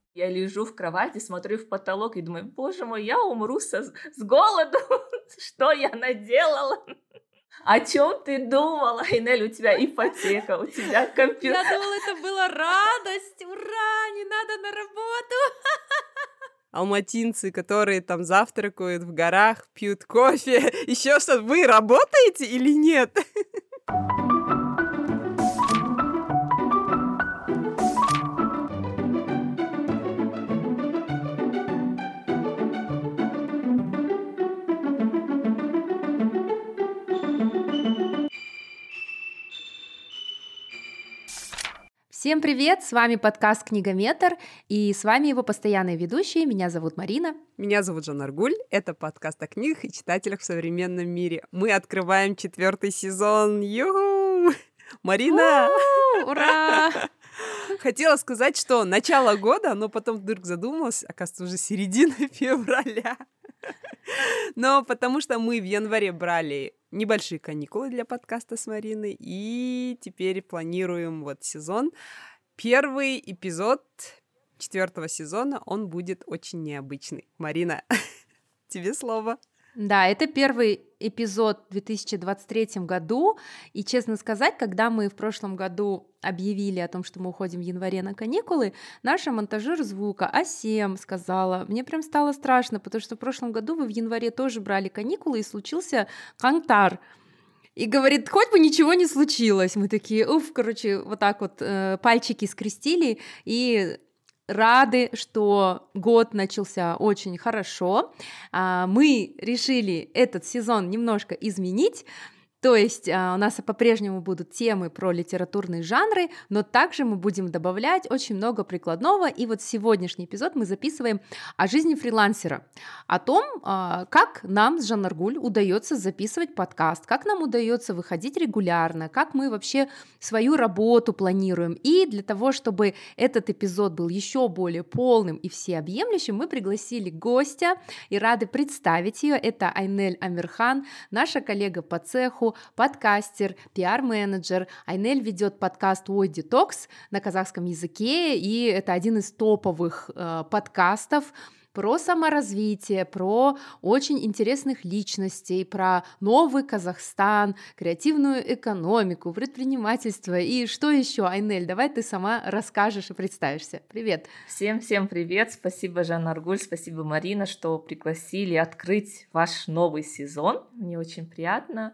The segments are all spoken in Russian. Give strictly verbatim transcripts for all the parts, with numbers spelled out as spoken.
Я лежу в кровати, смотрю в потолок и думаю: боже мой, я умру со, с голоду. Что я наделала? О чем ты думала, Айнель? У тебя ипотека, у тебя компьютер. Я думала, это была радость. Ура, не надо на работу. Алматинцы, которые там завтракают в горах, пьют кофе, еще что, вы работаете или нет? Всем привет, с вами подкаст «Книгометр», и с вами его постоянные ведущие. Меня зовут Марина. Меня зовут Жанаргуль. Это подкаст о книгах и читателях в современном мире. Мы открываем четвертый сезон. Ю-ху! Марина! У-у-у, ура! Хотела сказать, что начало года, но потом вдруг задумалась, оказывается, уже середина февраля. Но потому что мы в январе брали небольшие каникулы для подкаста с Мариной, и теперь планируем вот сезон. Первый эпизод четвертого сезона, он будет очень необычный. Марина, тебе слово. Да, это первый эпизод в две тысячи двадцать третьем году, и, честно сказать, когда мы в прошлом году объявили о том, что мы уходим в январе на каникулы, наша монтажер звука Асем сказала: мне прям стало страшно, потому что в прошлом году вы в январе тоже брали каникулы, и случился кантар. И говорит, хоть бы ничего не случилось. Мы такие, уф, короче, вот так вот э, пальчики скрестили и рады, что год начался очень хорошо. А, мы решили этот сезон немножко изменить. То есть а, у нас по-прежнему будут темы про литературные жанры, но также мы будем добавлять очень много прикладного. И вот сегодняшний эпизод мы записываем о жизни фрилансера, о том, а, как нам с Жанаргуль удается записывать подкаст, как нам удается выходить регулярно, как мы вообще свою работу планируем. И для того, чтобы этот эпизод был еще более полным и всеобъемлющим, мы пригласили гостя и рады представить ее. Это Айнель Амирхан, наша коллега по цеху, подкастер, пиар-менеджер. Айнель ведет подкаст «Ой, детокс» на казахском языке, и это один из топовых э, подкастов про саморазвитие, про очень интересных личностей, про новый Казахстан, креативную экономику, предпринимательство и что еще. Айнель, давай ты сама расскажешь и представишься. Привет. Всем-всем привет. Спасибо, Жанаргуль, спасибо, Марина, что пригласили открыть ваш новый сезон. Мне очень приятно.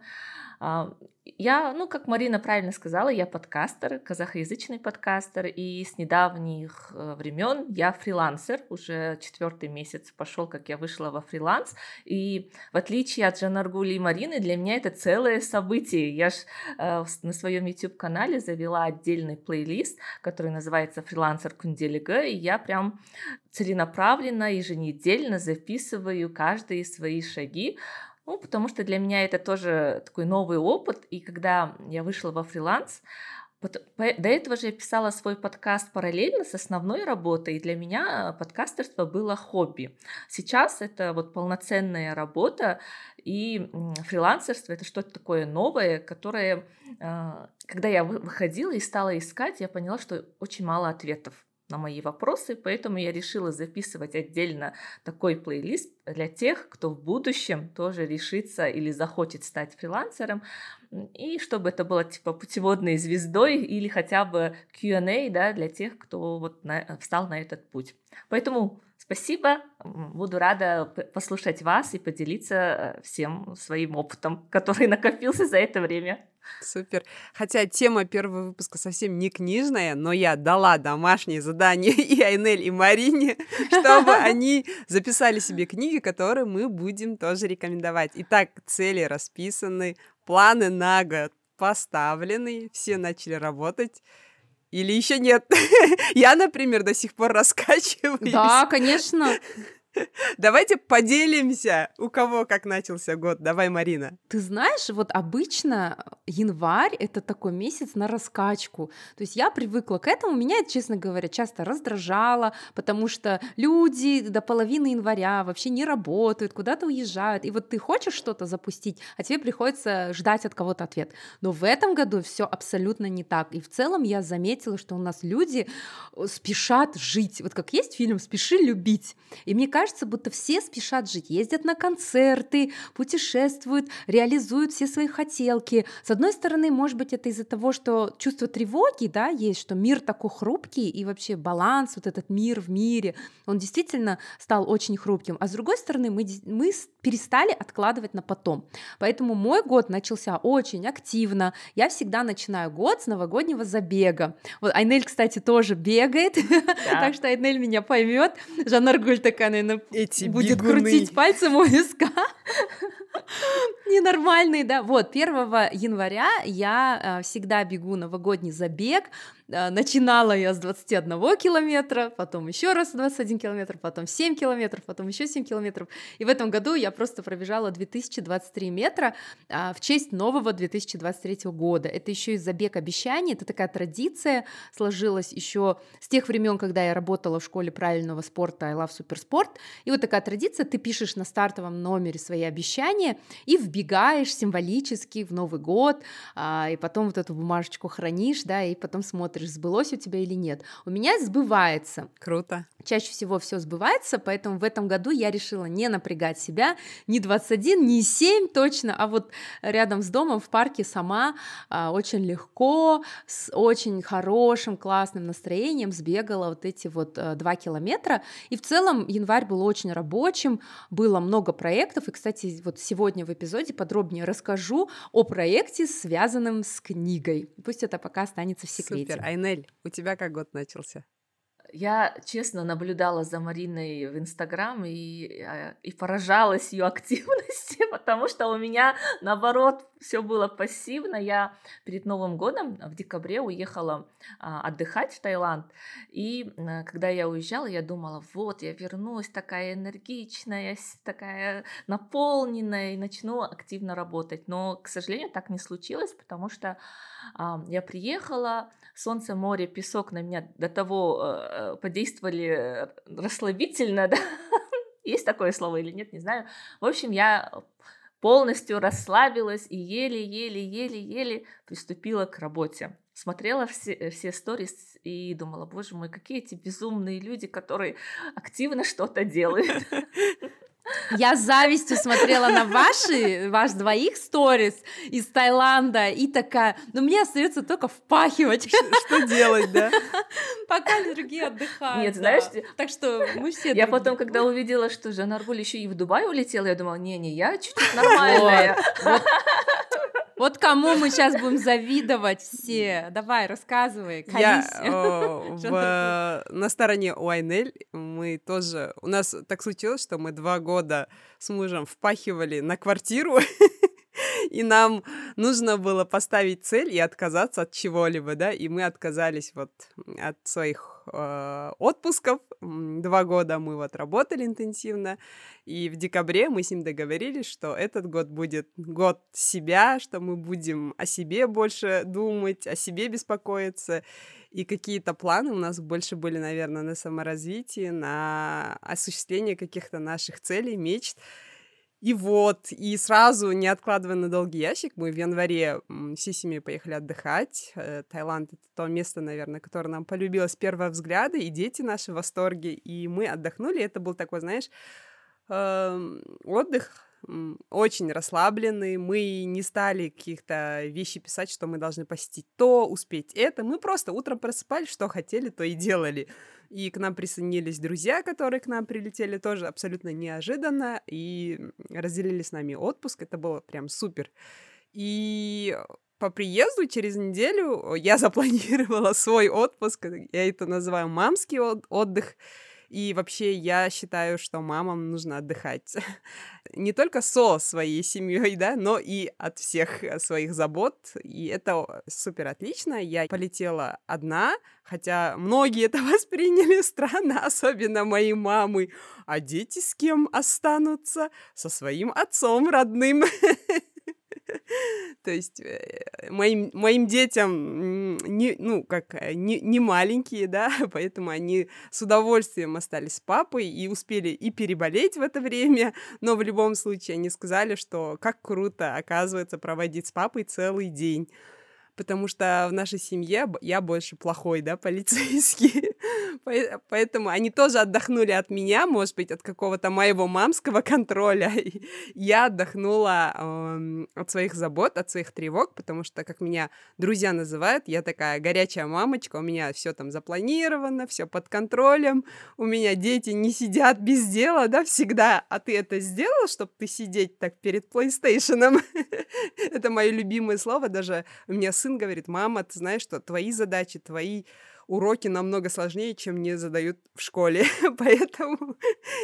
Я, ну, как Марина правильно сказала, я подкастер, казахоязычный подкастер, и с недавних времен я фрилансер, уже четвертый месяц пошел, как я вышла во фриланс, и в отличие от Жанаргули и Марины, для меня это целое событие. Я ж э, на своем YouTube-канале завела отдельный плейлист, который называется «Фрилансер Кунделига», и я прям целенаправленно, еженедельно записываю каждые свои шаги. Ну, потому что для меня это тоже такой новый опыт, и когда я вышла во фриланс, до этого же я писала свой подкаст параллельно с основной работой, и для меня подкастерство было хобби. Сейчас это вот полноценная работа, и фрилансерство — это что-то такое новое, которое, когда я выходила и стала искать, я поняла, что очень мало ответов на мои вопросы, поэтому я решила записывать отдельно такой плейлист для тех, кто в будущем тоже решится или захочет стать фрилансером, и чтобы это было типа путеводной звездой или хотя бы кью энд эй, да, для тех, кто вот на, встал на этот путь. Поэтому спасибо, буду рада послушать вас и поделиться всем своим опытом, который накопился за это время. Супер. Хотя тема первого выпуска совсем не книжная, но я дала домашнее задание и Айнель, и Марине, чтобы они записали себе книги, которые мы будем тоже рекомендовать. Итак, цели расписаны, планы на год поставлены, все начали работать. Или еще нет? Я, например, до сих пор раскачиваюсь. Да, конечно. Давайте поделимся, у кого как начался год. Давай, Марина. Ты знаешь, вот обычно январь — это такой месяц на раскачку. То есть я привыкла к этому, меня это, честно говоря, часто раздражало, потому что люди до половины января вообще не работают, куда-то уезжают, и вот ты хочешь что-то запустить, а тебе приходится ждать от кого-то ответ. Но в этом году все абсолютно не так. И в целом я заметила, что у нас люди спешат жить. Вот как есть фильм «Спеши любить». И мне кажется, будто все спешат жить, ездят на концерты, путешествуют, реализуют все свои хотелки. С одной стороны, может быть, это из-за того, что чувство тревоги, да, есть, что мир такой хрупкий, и вообще баланс, вот этот мир в мире, он действительно стал очень хрупким. А с другой стороны, мы, мы перестали откладывать на потом. Поэтому мой год начался очень активно. Я всегда начинаю год с новогоднего забега. Вот Айнель, кстати, тоже бегает, так что Айнель меня поймет. Жанаргуль такая, наверное, Эти будет бегуны. крутить пальцем у виска. Ненормальный, да. Вот, первого января я э, всегда бегу новогодний забег. Э, начинала я с двадцати одного километра, потом еще раз двадцать один километр, потом семь километров, потом еще семь километров. И в этом году я просто пробежала две тысячи двадцать три метра э, в честь нового две тысячи двадцать третьего года. Это еще и забег обещаний, это такая традиция сложилась еще с тех времен, когда я работала в школе правильного спорта I Love Суперспорт. И вот такая традиция, ты пишешь на стартовом номере свои обещания и вбегаешь символически в Новый год, а, и потом вот эту бумажечку хранишь, да, и потом смотришь, сбылось у тебя или нет. У меня сбывается. Круто. Чаще всего все сбывается, поэтому в этом году я решила не напрягать себя, ни двадцать один, ни семь точно, а вот рядом с домом в парке сама а, очень легко, с очень хорошим, классным настроением сбегала вот эти вот а, два километра, и в целом январь был очень рабочим, было много проектов, и, кстати, вот сегодня в эпизоде подробнее расскажу о проекте, связанном с книгой. Пусть это пока останется в секрете. Супер. Айнель, у тебя как год начался? Я, честно, наблюдала за Мариной в Инстаграм и, э, и поражалась ее активности, потому что у меня, наоборот, все было пассивно. Я перед Новым годом в декабре уехала а, отдыхать в Таиланд, и а, когда я уезжала, я думала, вот, я вернусь такая энергичная, такая наполненная и начну активно работать. Но, к сожалению, так не случилось, потому что а, я приехала, солнце, море, песок на меня до того э, подействовали расслабительно, да? Есть такое слово или нет, не знаю. В общем, я полностью расслабилась и еле-еле-еле-еле приступила к работе. Смотрела все, все сторис и думала, боже мой, какие эти безумные люди, которые активно что-то делают. Я с завистью смотрела на ваши, ваш двоих сторис из Таиланда и такая, ну мне остается только впахивать. Что делать, да? Пока другие отдыхают. Нет, знаешь, так что мы все. Я потом, когда увидела, что Жанаргуль еще и в Дубай улетела, я думала, не-не, я чуть-чуть нормальная. Вот кому мы сейчас будем завидовать все. Давай, рассказывай, колись. Я в, на стороне у Айнель. Мы тоже... У нас так случилось, что мы два года с мужем впахивали на квартиру, и нам нужно было поставить цель и отказаться от чего-либо, да, и мы отказались вот от своих э, отпусков. Два года мы вот работали интенсивно, и в декабре мы с ним договорились, что этот год будет год себя, что мы будем о себе больше думать, о себе беспокоиться, и какие-то планы у нас больше были, наверное, на саморазвитие, на осуществление каких-то наших целей, мечт. И вот, и сразу, не откладывая на долгий ящик, мы в январе всей семьей поехали отдыхать. Таиланд — это то место, наверное, которое нам полюбилось с первого взгляда, и дети наши в восторге, и мы отдохнули. Это был такой, знаешь, отдых очень расслабленный. Мы не стали каких-то вещей писать, что мы должны посетить то, успеть это. Мы просто утром просыпались, что хотели, то и делали. И к нам присоединились друзья, которые к нам прилетели тоже абсолютно неожиданно и разделили с нами отпуск. Это было прям супер. И по приезду через неделю я запланировала свой отпуск. Я это называю мамский отдых. И вообще я считаю, что мамам нужно отдыхать не только со своей семьей, да, но и от всех своих забот. И это супер отлично. Я полетела одна, хотя многие это восприняли странно, особенно мои мамы. А дети с кем останутся? Со своим отцом родным. То есть э, моим, моим детям не, ну, как, не, не маленькие, да, поэтому они с удовольствием остались с папой и успели и переболеть в это время, но в любом случае они сказали, что как круто, оказывается, проводить с папой целый день. Потому что в нашей семье я больше плохой, да, полицейский. Поэтому они тоже отдохнули от меня, может быть, от какого-то моего мамского контроля. Я отдохнула э, от своих забот, от своих тревог, потому что, как меня друзья называют, я такая горячая мамочка, у меня все там запланировано, все под контролем, у меня дети не сидят без дела, да, всегда. А ты это сделал, чтобы ты сидеть так перед PlayStation? Это мое любимое слово, даже у меня сын говорит: мама, ты знаешь, что твои задачи, твои уроки намного сложнее, чем мне задают в школе. Поэтому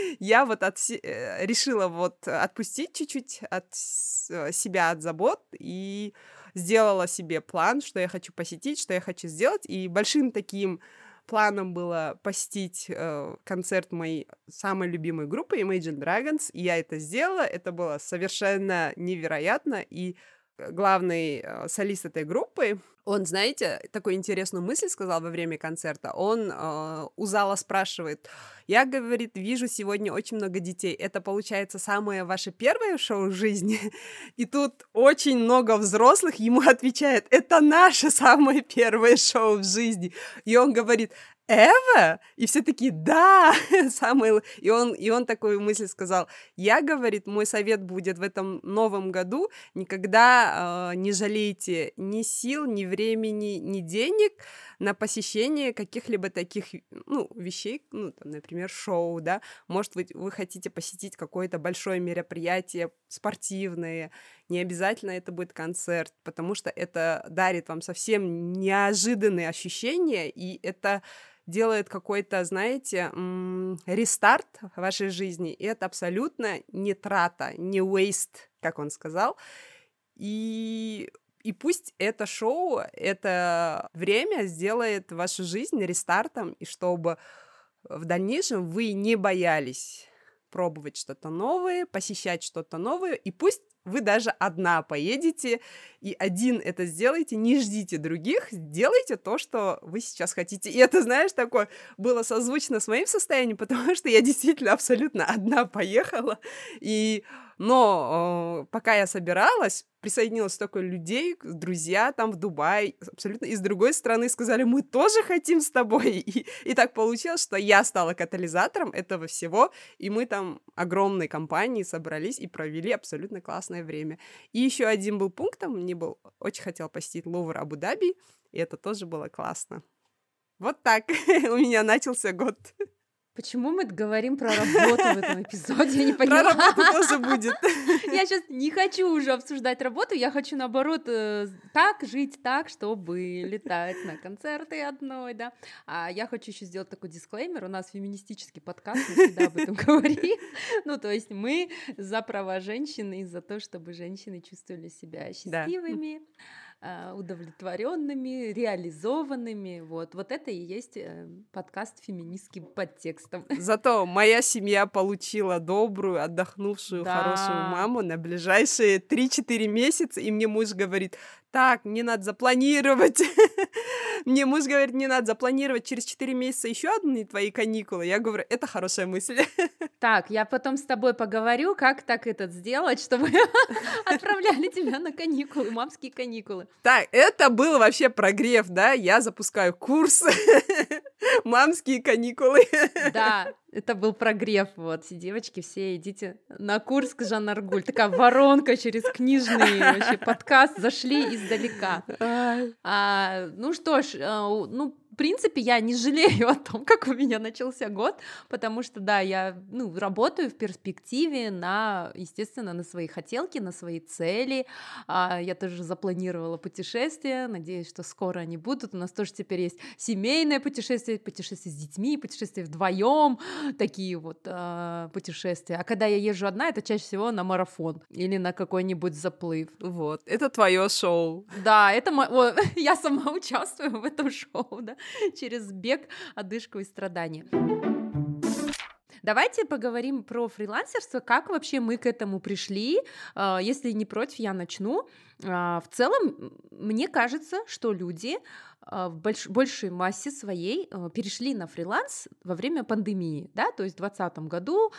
я вот от, решила вот отпустить чуть-чуть от себя, от забот, и сделала себе план, что я хочу посетить, что я хочу сделать. И большим таким планом было посетить э, концерт моей самой любимой группы Imagine Dragons. И я это сделала. Это было совершенно невероятно. И главный э, солист этой группы, он, знаете, такую интересную мысль сказал во время концерта. Он э, у зала спрашивает: я, говорит, вижу сегодня очень много детей. Это, получается, самое ваше первое шоу в жизни? И тут очень много взрослых ему отвечает: это наше самое первое шоу в жизни. И он говорит: Эва? И все такие: да, самый... И он, и он такую мысль сказал: я, говорит, мой совет будет в этом новом году: никогда э, не жалейте ни сил, ни времени, ни денег на посещение каких-либо таких, ну, вещей, ну, там, например, шоу, да. Может, вы, вы хотите посетить какое-то большое мероприятие спортивное, не обязательно это будет концерт, потому что это дарит вам совсем неожиданные ощущения, и это делает какой-то, знаете, м- рестарт в вашей жизни, и это абсолютно не трата, не waste, как он сказал. И, и пусть это шоу, это время сделает вашу жизнь рестартом, и чтобы в дальнейшем вы не боялись пробовать что-то новое, посещать что-то новое, и пусть вы даже одна поедете и один это сделаете, не ждите других, делайте то, что вы сейчас хотите. И это, знаешь, такое было созвучно с моим состоянием, потому что я действительно абсолютно одна поехала, и... Но э, пока я собиралась, присоединилось столько людей, друзья там в Дубае, абсолютно из другой страны, сказали: мы тоже хотим с тобой. И, и так получилось, что я стала катализатором этого всего, и мы там огромной компанией собрались и провели абсолютно классное время. И еще один был пункт, там мне был, очень хотел посетить Лувр Абу-Даби, и это тоже было классно. Вот так у меня начался год. Почему мы говорим про работу в этом эпизоде? Я не поняла. Про работу тоже будет. Я сейчас не хочу уже обсуждать работу, я хочу, наоборот, так жить так, чтобы летать на концерты одной, да. А я хочу еще сделать такой дисклеймер. У нас феминистический подкаст, мы всегда об этом говорим. Ну, то есть мы за права женщин и за то, чтобы женщины чувствовали себя счастливыми, удовлетворенными, реализованными. Вот, вот это и есть э, подкаст с феминистским подтекстом. Зато моя семья получила добрую, отдохнувшую, да. хорошую маму на ближайшие три-четыре месяца, и мне муж говорит: так, мне надо запланировать. Мне муж говорит: не надо запланировать через четыре месяца еще одни твои каникулы. Я говорю: это хорошая мысль. Так, я потом с тобой поговорю, как так этот сделать, чтобы отправляли тебя на каникулы, мамские каникулы. Так, это был вообще прогрев, да? Я запускаю курс «Мамские каникулы». Да, это был прогрев. Вот, все девочки, все идите на курс к Жанне Аргуль. Такая воронка через книжный вообще подкаст. Зашли издалека. А, ну что ж, ну, в принципе, я не жалею о том, как у меня начался год, потому что, да, я, ну, работаю в перспективе на, естественно, на свои хотелки, на свои цели. А, я тоже запланировала путешествия, надеюсь, что скоро они будут. У нас тоже теперь есть семейное путешествие, путешествие с детьми, путешествие вдвоем, такие вот а, путешествия. А когда я езжу одна, это чаще всего на марафон или на какой-нибудь заплыв. Вот, это твое шоу. Да, это мо- о, я сама участвую в этом шоу, да, через бег, одышку и страдания. Давайте поговорим про фрилансерство, как вообще мы к этому пришли. А, Если не против, я начну. А, В целом, м, мне кажется, что люди а, в больш- большей массе своей а, перешли на фриланс во время пандемии, да, то есть в двадцатом году.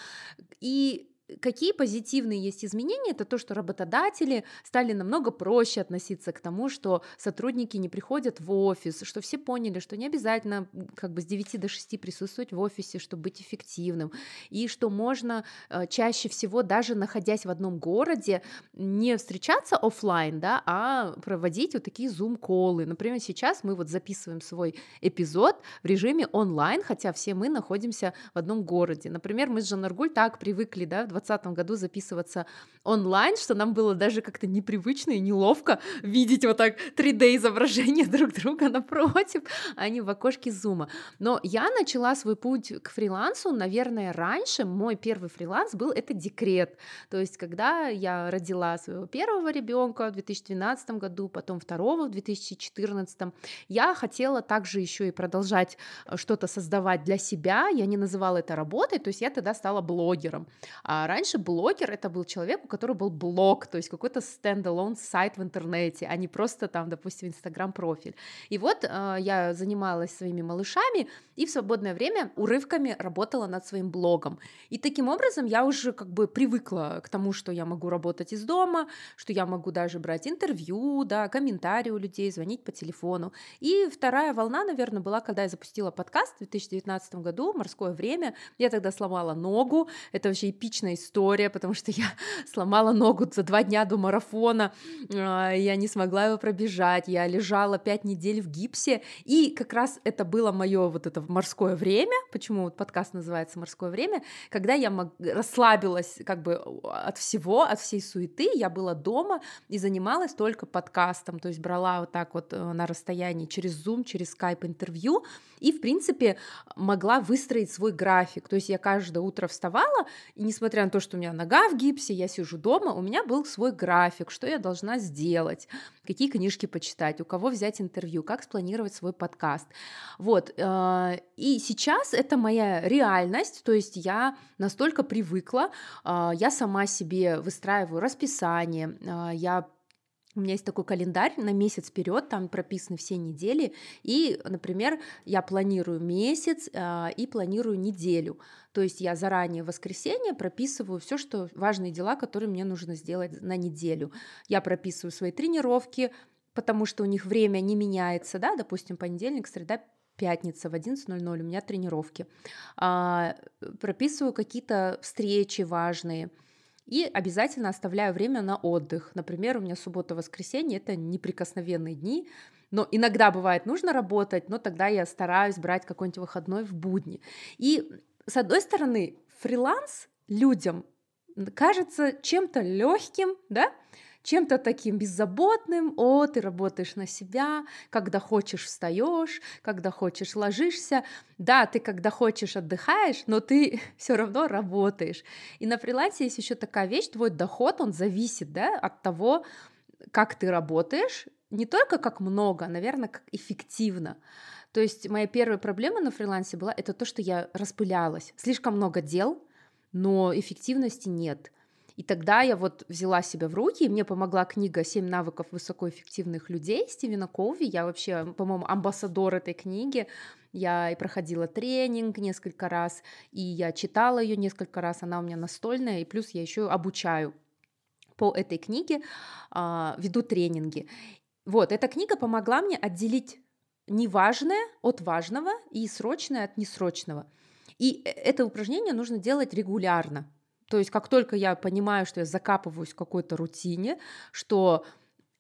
И какие позитивные есть изменения? Это то, что работодатели стали намного проще относиться к тому, что сотрудники не приходят в офис, что все поняли, что не обязательно м, как бы с девяти до шести присутствовать в офисе, чтобы быть эффективным, и что можно э, чаще всего, даже находясь в одном городе, не встречаться оффлайн, да, а проводить вот такие зум-коллы. Например, сейчас мы вот записываем свой эпизод в режиме онлайн, хотя все мы находимся в одном городе. Например, мы с Жанаргуль так привыкли, да, в двадцатом году записываться онлайн, что нам было даже как-то непривычно и неловко видеть вот так три дэ-изображение друг друга напротив, а не в окошке зума. Но я начала свой путь к фрилансу, наверное, раньше. Мой первый фриланс был это декрет. То есть, когда я родила своего первого ребенка в две тысячи двенадцатом году, потом второго в две тысячи четырнадцатом, я хотела также еще и продолжать э, что-то создавать для себя. Я не называла это работой, то есть я тогда стала блогером. А раньше блогер — это был человек, у которого был блог, то есть какой-то стендалон сайт в интернете, а не просто там, допустим, инстаграм-профиль. И вот э, я занималась своими малышами и в свободное время урывками работала над своим блогом. И таким образом я уже как бы привыкла к тому, что я могу работать из дома, что я могу даже брать интервью, да, комментарии у людей, звонить по телефону. И вторая волна, наверное, была, когда я запустила подкаст в две тысячи девятнадцатом году «Морское время». Я тогда сломала ногу. Это вообще эпичная история, потому что я сломала ногу за два дня до марафона. а, Я не смогла его пробежать. Я лежала пять недель в гипсе. И как раз это было мое вот это морское время. Почему вот подкаст называется «Морское время»? Когда я мог- расслабилась как бы от всего, от всей суеты. Я была дома и занималась только подкастом. То есть брала вот так вот э, на расстоянии через Zoom, через Skype интервью. И, в принципе, могла выстроить свой график. То есть я каждое утро вставала, и несмотря на то, что у меня нога в гипсе, я сижу дома, у меня был свой график, что я должна сделать, какие книжки почитать, у кого взять интервью, как спланировать свой подкаст. Вот. э, И сейчас это моя реальность, то есть я настолько привыкла, э, я сама себе выстраиваю расписание, э, я у меня есть такой календарь на месяц вперед, там прописаны все недели, и, например, я планирую месяц а, и планирую неделю. То есть я заранее в воскресенье прописываю все, что важные дела, которые мне нужно сделать на неделю. Я прописываю свои тренировки, потому что у них время не меняется, да, допустим, понедельник, среда, пятница в одиннадцать ноль ноль у меня тренировки. А, прописываю какие-то встречи важные. И обязательно оставляю время на отдых. Например, у меня суббота-воскресенье — это неприкосновенные дни, но иногда бывает нужно работать, но тогда я стараюсь брать какой-нибудь выходной в будни. И, с одной стороны, фриланс людям кажется чем-то легким, да, чем-то таким беззаботным. О, ты работаешь на себя, когда хочешь встаешь, когда хочешь ложишься. Да, ты когда хочешь отдыхаешь, но ты все равно работаешь. И на фрилансе есть еще такая вещь: твой доход, он зависит, да, от того, как ты работаешь, не только как много, а, наверное, как эффективно. То есть моя первая проблема на фрилансе была это то, что я распылялась. Слишком много дел, но эффективности нет. И тогда я вот взяла себя в руки, и мне помогла книга «Семь навыков высокоэффективных людей» Стивена Коуви. Я вообще, по-моему, амбассадор этой книги. Я и проходила тренинг несколько раз, и я читала ее несколько раз. Она у меня настольная, и плюс я еще обучаю по этой книге, а, веду тренинги. Вот, эта книга помогла мне отделить неважное от важного и срочное от несрочного. И э- это упражнение нужно делать регулярно. То есть как только я понимаю, что я закапываюсь в какой-то рутине, что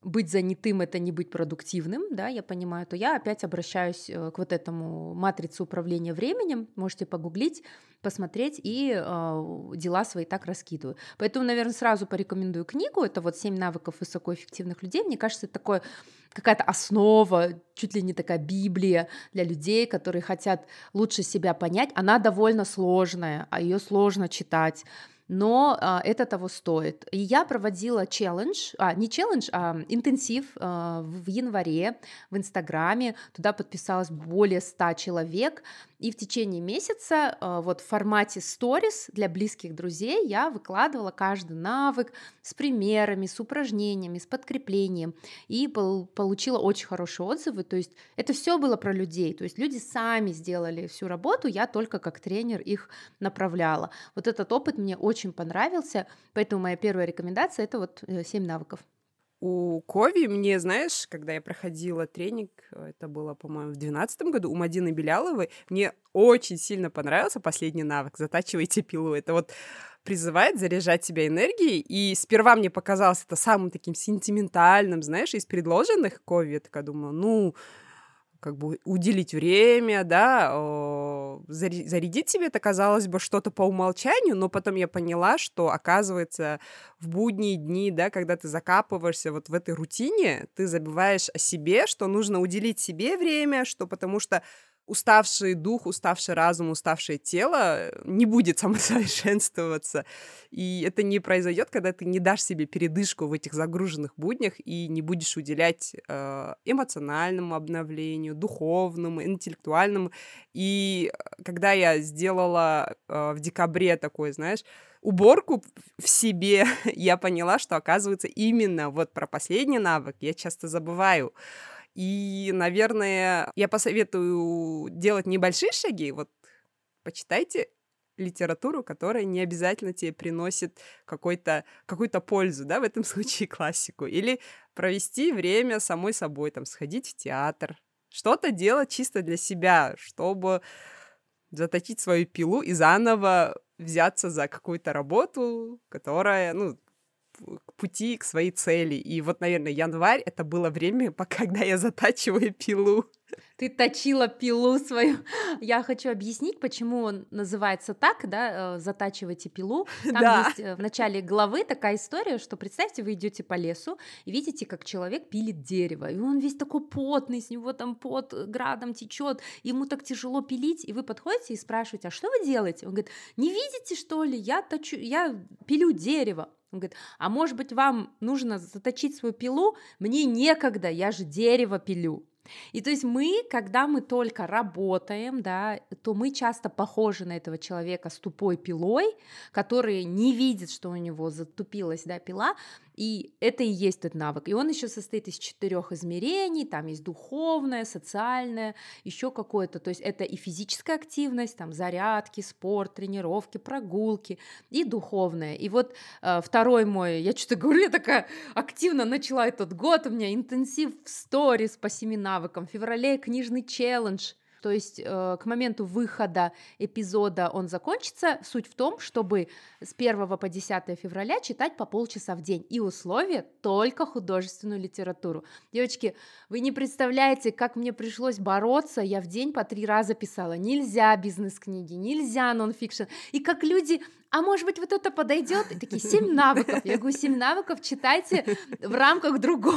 быть занятым — это не быть продуктивным, да, я понимаю, то я опять обращаюсь э, к вот этому матрице управления временем, можете погуглить, посмотреть, и э, дела свои так раскидываю. Поэтому, наверное, сразу порекомендую книгу, это вот «Семь навыков высокоэффективных людей». Мне кажется, это такое какая-то основа, чуть ли не такая Библия для людей, которые хотят лучше себя понять. Она довольно сложная, а ее сложно читать, но а, это того стоит. И я проводила челлендж, а, не челлендж, а интенсив а, в в январе в Инстаграме. Туда подписалось более ста человек. И в течение месяца а, вот в формате сторис для близких друзей я выкладывала каждый навык с примерами, с упражнениями, с подкреплением. И пол- получила очень хорошие отзывы. То есть это все было про людей. То есть люди сами сделали всю работу, я только как тренер их направляла. Вот этот опыт мне очень понравился, поэтому моя первая рекомендация — это вот э, семь навыков. У Кови мне, знаешь, когда я проходила тренинг, э, это было, по-моему, в двенадцатом году, у Мадины Беляловой, мне очень сильно понравился последний навык «Затачивайте пилу». Это вот призывает заряжать себя энергией, и сперва мне показалось это самым таким сентиментальным, знаешь, из предложенных Кови. Я такая думаю, ну, как бы уделить время, да, о, заре- зарядить себе, это, казалось бы, что-то по умолчанию, но потом я поняла, что, оказывается, в будние дни, да, когда ты закапываешься вот в этой рутине, ты забываешь о себе, что нужно уделить себе время, что потому что уставший дух, уставший разум, уставшее тело не будет самосовершенствоваться. И это не произойдет, когда ты не дашь себе передышку в этих загруженных буднях и не будешь уделять э, эмоциональному обновлению, духовному, интеллектуальному. И когда я сделала э, в декабре такой, знаешь, уборку в себе, я поняла, что, оказывается, именно вот про последний навык я часто забываю. И, наверное, я посоветую делать небольшие шаги. Вот почитайте литературу, которая не обязательно тебе приносит какой-то, какую-то пользу, да, в этом случае классику. Или провести время самой собой, там, сходить в театр, что-то делать чисто для себя, чтобы заточить свою пилу и заново взяться за какую-то работу, которая, ну, к пути к своей цели. И вот, наверное, январь — это было время, по- когда я затачиваю пилу. Ты точила пилу свою. Я хочу объяснить, почему он называется так, да, э, «Затачивайте пилу». Там Да. есть э, в начале главы такая история, что, представьте, вы идете по лесу и видите, как человек пилит дерево, и он весь такой потный, с него там пот э, градом течет, ему так тяжело пилить, и вы подходите и спрашиваете: а что вы делаете? Он говорит: не видите, что ли, я точу, я пилю дерево. Он говорит: а может быть, вам нужно заточить свою пилу? Мне некогда, я же дерево пилю. И то есть мы, когда мы только работаем, да, то мы часто похожи на этого человека с тупой пилой, который не видит, что у него затупилась, да, пила, и это и есть тот навык. И он еще состоит из четырех измерений, там есть духовное, социальное, еще какое-то, то есть это и физическая активность, там зарядки, спорт, тренировки, прогулки, и духовное. И вот э, второй мой, я что-то говорю, я такая активно начала этот год, у меня интенсив в сторис по семи навыкам, в феврале книжный челлендж. То есть э, к моменту выхода эпизода он закончится. Суть в том, чтобы с первого по десятое февраля читать по полчаса в день. И условие — только художественную литературу. Девочки, вы не представляете, как мне пришлось бороться. Я в день по три раза писала: нельзя бизнес-книги, нельзя нон-фикшн. И как люди: а может быть, вот это подойдет? И такие: семь навыков. Я говорю: семь навыков читайте в рамках другого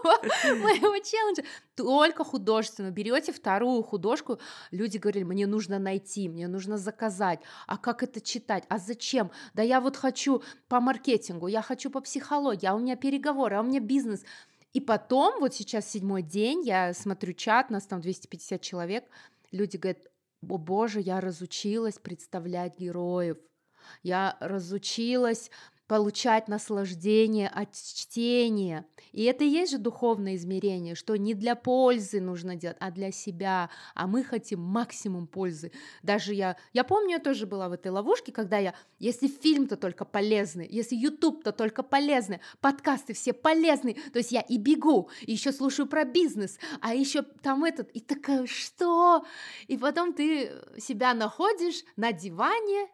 моего челленджа. Только художественную. Берете вторую художку. Люди говорили: мне нужно найти, мне нужно заказать. А как это читать? А зачем? Да я вот хочу по маркетингу, я хочу по психологии, а у меня переговоры, а у меня бизнес. И потом, вот сейчас седьмой день, я смотрю чат, нас там двести пятьдесят человек, люди говорят: о боже, я разучилась представлять героев. Я разучилась получать наслаждение от чтения. И это и есть же духовное измерение, что не для пользы нужно делать, а для себя. А мы хотим максимум пользы. Даже я, я помню, я тоже была в этой ловушке, когда я, если фильм, то только полезный, если YouTube, то только полезный, подкасты все полезные, то есть я и бегу, и еще слушаю про бизнес, а еще там этот, и такая: что? И потом ты себя находишь на диване,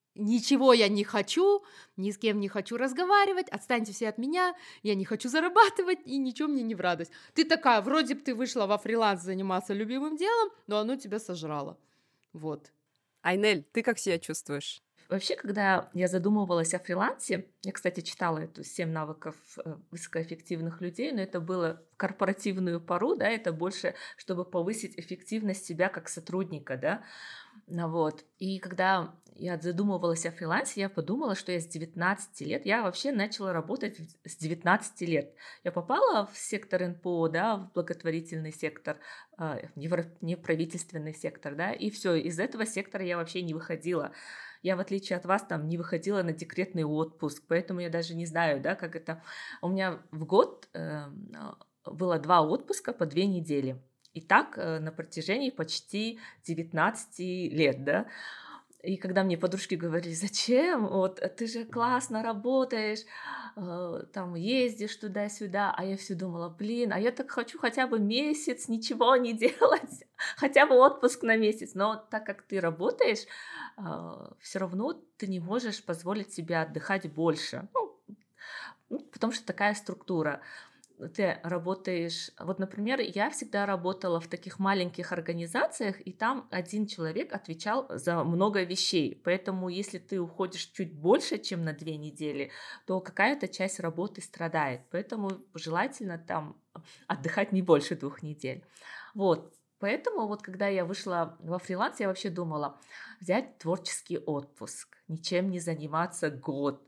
ничего я не хочу, ни с кем не хочу разговаривать, отстаньте все от меня, я не хочу зарабатывать, и ничего мне не в радость. Ты такая, вроде бы ты вышла во фриланс заниматься любимым делом, но оно тебя сожрало. Вот. Айнель, ты как себя чувствуешь? Вообще, когда я задумывалась о фрилансе, я, кстати, читала эту «Семь навыков э, высокоэффективных людей», но это было в корпоративную пору, да, это больше, чтобы повысить эффективность себя как сотрудника, да, ну, вот. И когда я задумывалась о фрилансе, я подумала, что я с девятнадцати лет, я вообще начала работать с девятнадцати лет. Я попала в сектор эн пэ о, да, в благотворительный сектор, э, неправительственный сектор, да, и все, из этого сектора я вообще не выходила. Я, в отличие от вас, там не выходила на декретный отпуск, поэтому я даже не знаю, да, как это. У меня в год э, было два отпуска по две недели. И так э, на протяжении почти девятнадцати лет, да. И когда мне подружки говорили, зачем, вот ты же классно работаешь, э, там ездишь туда-сюда, а я все думала, блин, а я так хочу хотя бы месяц ничего не делать, хотя бы отпуск на месяц, но так как ты работаешь, э, все равно ты не можешь позволить себе отдыхать больше, ну, потому что такая структура. Ты работаешь, вот, например, я всегда работала в таких маленьких организациях, и там один человек отвечал за много вещей, поэтому если ты уходишь чуть больше, чем на две недели, то какая-то часть работы страдает, поэтому желательно там отдыхать не больше двух недель. Вот, поэтому вот когда я вышла во фриланс, я вообще думала взять творческий отпуск, ничем не заниматься год.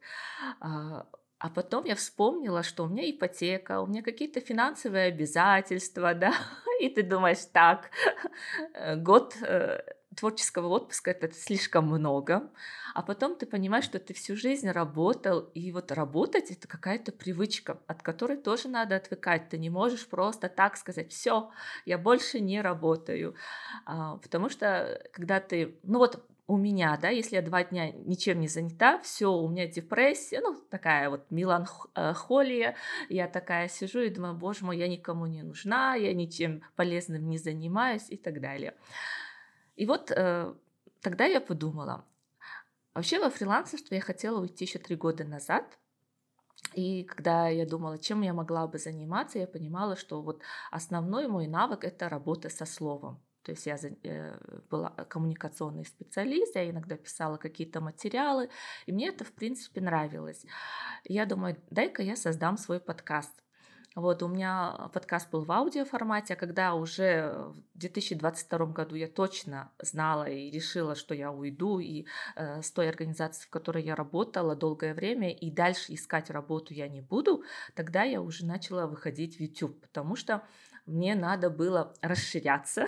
А потом я вспомнила, что у меня ипотека, у меня какие-то финансовые обязательства, да, и ты думаешь, так, год э, творческого отпуска — это слишком много, а потом ты понимаешь, что ты всю жизнь работал, и вот работать — это какая-то привычка, от которой тоже надо отвыкать, ты не можешь просто так сказать, все, я больше не работаю, а, потому что когда ты, ну вот, у меня, да, если я два дня ничем не занята, все, у меня депрессия, ну, такая вот меланхолия, я такая сижу и думаю, боже мой, я никому не нужна, я ничем полезным не занимаюсь и так далее. И вот э, тогда я подумала, вообще во фрилансерство я хотела уйти еще три года назад, и когда я думала, чем я могла бы заниматься, я понимала, что вот основной мой навык — это работа со словом. То есть я была коммуникационный специалист, я иногда писала какие-то материалы, и мне это, в принципе, нравилось. Я думаю, дай-ка я создам свой подкаст. Вот, у меня подкаст был в аудиоформате, а когда уже в две тысячи двадцать втором году я точно знала и решила, что я уйду и э, с той организации, в которой я работала долгое время, и дальше искать работу я не буду, тогда я уже начала выходить в YouTube, потому что мне надо было расширяться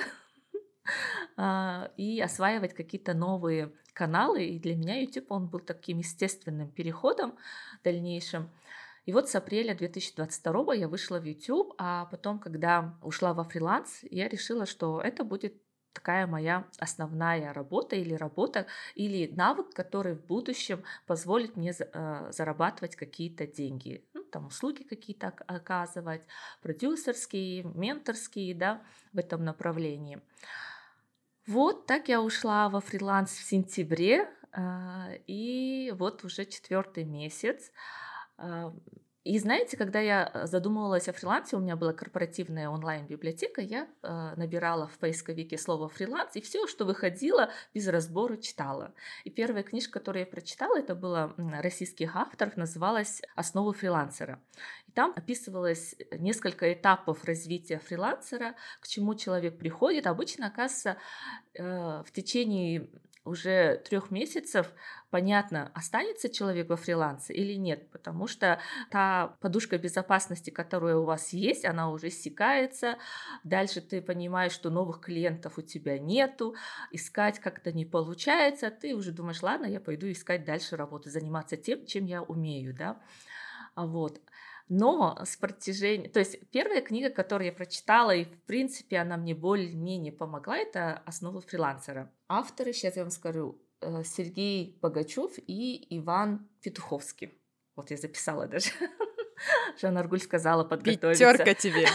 и осваивать какие-то новые каналы. И для меня YouTube, он был таким естественным переходом дальнейшим. И вот с апреля две тысячи двадцать второго я вышла в YouTube, а потом, когда ушла во фриланс, я решила, что это будет такая моя основная работа или работа, или навык, который в будущем позволит мне э, зарабатывать какие-то деньги. Ну, там услуги какие-то оказывать, продюсерские, менторские, да, в этом направлении. Вот так я ушла во фриланс в сентябре, и вот уже четвертый месяц. И знаете, когда я задумывалась о фрилансе, у меня была корпоративная онлайн-библиотека, я набирала в поисковике слово «фриланс», и все, что выходило, без разбора читала. И первая книжка, которую я прочитала, это была российских авторов, называлась «Основы фрилансера». И там описывалось несколько этапов развития фрилансера, к чему человек приходит. Обычно, оказывается, в течение уже трех месяцев понятно, останется человек во фрилансе или нет, потому что та подушка безопасности, которая у вас есть, она уже иссякается, дальше ты понимаешь, что новых клиентов у тебя нету, искать как-то не получается, ты уже думаешь, ладно, я пойду искать дальше работу, заниматься тем, чем я умею, да, вот. Но с протяжением... То есть первая книга, которую я прочитала, и в принципе она мне более-менее помогла, это «Основы фрилансера». Авторы, сейчас я вам скажу, Сергей Богачев и Иван Петуховский. Вот я записала даже. Жанна Аргуль сказала подготовиться. Пятерка тебе.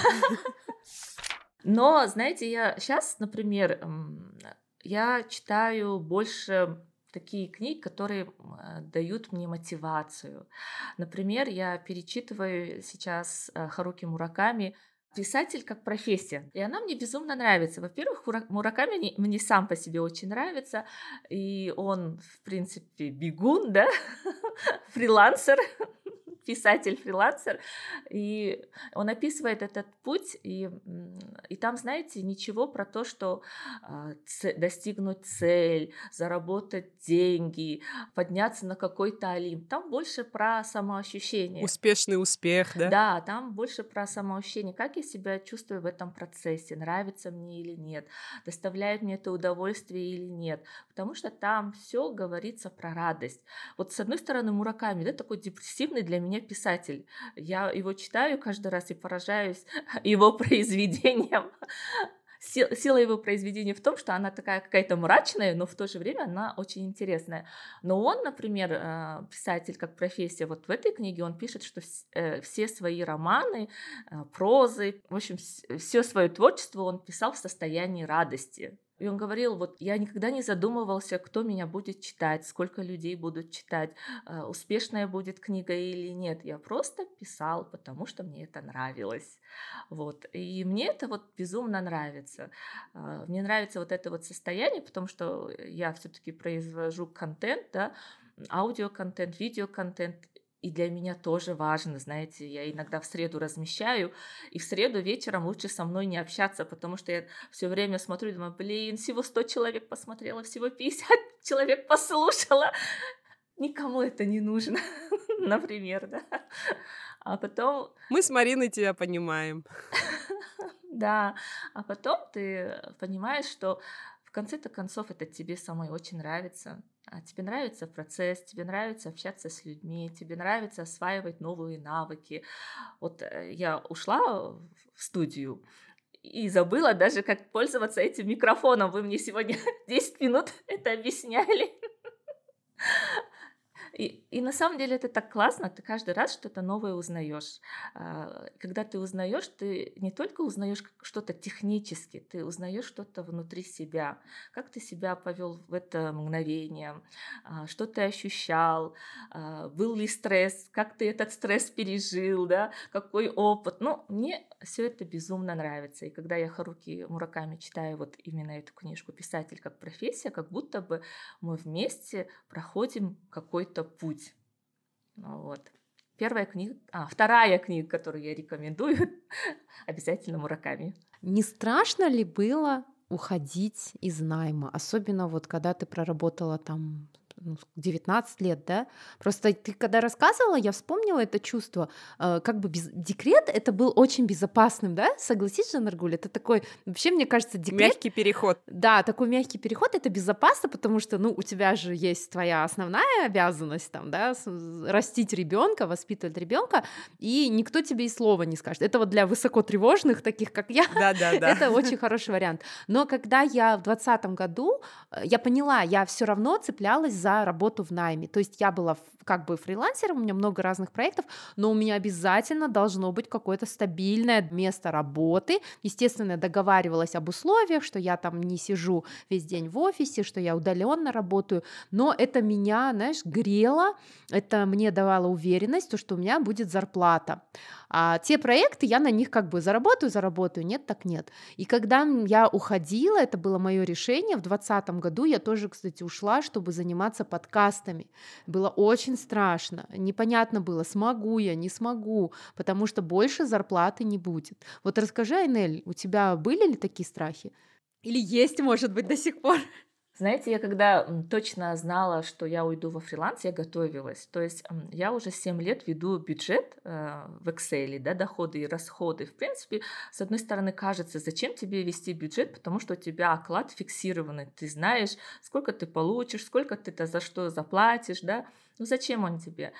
Но, знаете, я сейчас, например, я читаю больше такие книги, которые э, дают мне мотивацию. Например, я перечитываю сейчас э, Харуки Мураками «Писатель как профессия». И она мне безумно нравится. Во-первых, Хура- Мураками не- мне сам по себе очень нравится. И он, в принципе, бегун, да, фрилансер, писатель-фрилансер, и он описывает этот путь, и, м, и там, знаете, ничего про то, что а, ц- достигнуть цель, заработать деньги, подняться на какой-то олимп. Там больше про самоощущение. Успешный успех, да? Да, там больше про самоощущение, как я себя чувствую в этом процессе, нравится мне или нет, доставляет мне это удовольствие или нет, потому что там все говорится про радость. Вот с одной стороны Мураками, да, такой депрессивный для меня писатель, я его читаю каждый раз и поражаюсь его произведением. Си- Сила его произведения в том, что она такая какая-то мрачная, но в то же время она очень интересная. Но он, например, э, писатель как профессия, вот в этой книге он пишет, что вс- э, все свои романы, э, прозы, в общем, все свое творчество он писал в состоянии радости. И он говорил, вот я никогда не задумывался, кто меня будет читать, сколько людей будут читать, э, успешная будет книга или нет. Я просто писал, потому что мне это нравилось. Вот. И мне это вот безумно нравится. А, Мне нравится вот это вот состояние, потому что я все-таки произвожу контент, да, аудиоконтент, видеоконтент. И для меня тоже важно, знаете, я иногда в среду размещаю, и в среду вечером лучше со мной не общаться, потому что я все время смотрю и думаю, блин, всего сто человек посмотрело, всего пятьдесят человек послушало. Никому это не нужно, например, да. А потом Мы с Мариной тебя понимаем. Да, а потом ты понимаешь, что в конце-то концов это тебе самой очень нравится. А тебе нравится процесс, тебе нравится общаться с людьми, тебе нравится осваивать новые навыки. Вот э, я ушла в студию и забыла даже, как пользоваться этим микрофоном. Вы мне сегодня десять минут это объясняли. И, и на самом деле это так классно, ты каждый раз что-то новое узнаешь. А, Когда ты узнаешь, ты не только узнаешь что-то технически, ты узнаешь что-то внутри себя, как ты себя повел в это мгновение, а, что ты ощущал, а, был ли стресс, как ты этот стресс пережил, да, какой опыт. Ну, мне все это безумно нравится. И когда я Харуки Мураками читаю вот именно эту книжку «Писатель как профессия», как будто бы мы вместе проходим какой-то путь. Ну вот. Первая книга, а, вторая книга, которую я рекомендую, обязательно Мураками. Не страшно ли было уходить из найма, особенно вот когда ты проработала там ну, девятнадцать лет, да? Просто ты когда рассказывала, я вспомнила это чувство, э, как бы без... декрет это был очень безопасным, да? Согласись же, Наргуль, это такой, вообще мне кажется, декрет... Мягкий переход. Да, такой мягкий переход, это безопасно, потому что, ну, у тебя же есть твоя основная обязанность, там, да, с- растить ребенка, воспитывать ребенка, и никто тебе и слова не скажет. Это вот для высокотревожных, таких как я, Да-да-да. это очень хороший вариант. Но когда я в двадцатом году, э, я поняла, я все равно цеплялась за работу в найме. То есть я была ф- как бы фрилансером, у меня много разных проектов, но у меня обязательно должно быть какое-то стабильное место работы. Естественно, я договаривалась об условиях, что я там не сижу весь день в офисе, что я удаленно работаю, но это меня, знаешь, грело, это мне давало уверенность, то, что у меня будет зарплата. А те проекты, я на них как бы заработаю, заработаю, нет, так нет. И когда м, я уходила, это было мое решение, в двадцатом году я тоже, кстати, ушла, чтобы заниматься подкастами. Было очень страшно, непонятно было, смогу я, не смогу, потому что больше зарплаты не будет. Вот расскажи, Айнель, у тебя были ли такие страхи? Или есть, может быть, до сих пор? Знаете, я когда м, точно знала, что я уйду во фриланс, я готовилась. То есть м, я уже семь лет веду бюджет э, в Excel, да, доходы и расходы. В принципе, с одной стороны, кажется, зачем тебе вести бюджет, потому что у тебя оклад фиксированный. Ты знаешь, сколько ты получишь, сколько ты за что заплатишь, да. Ну зачем он тебе?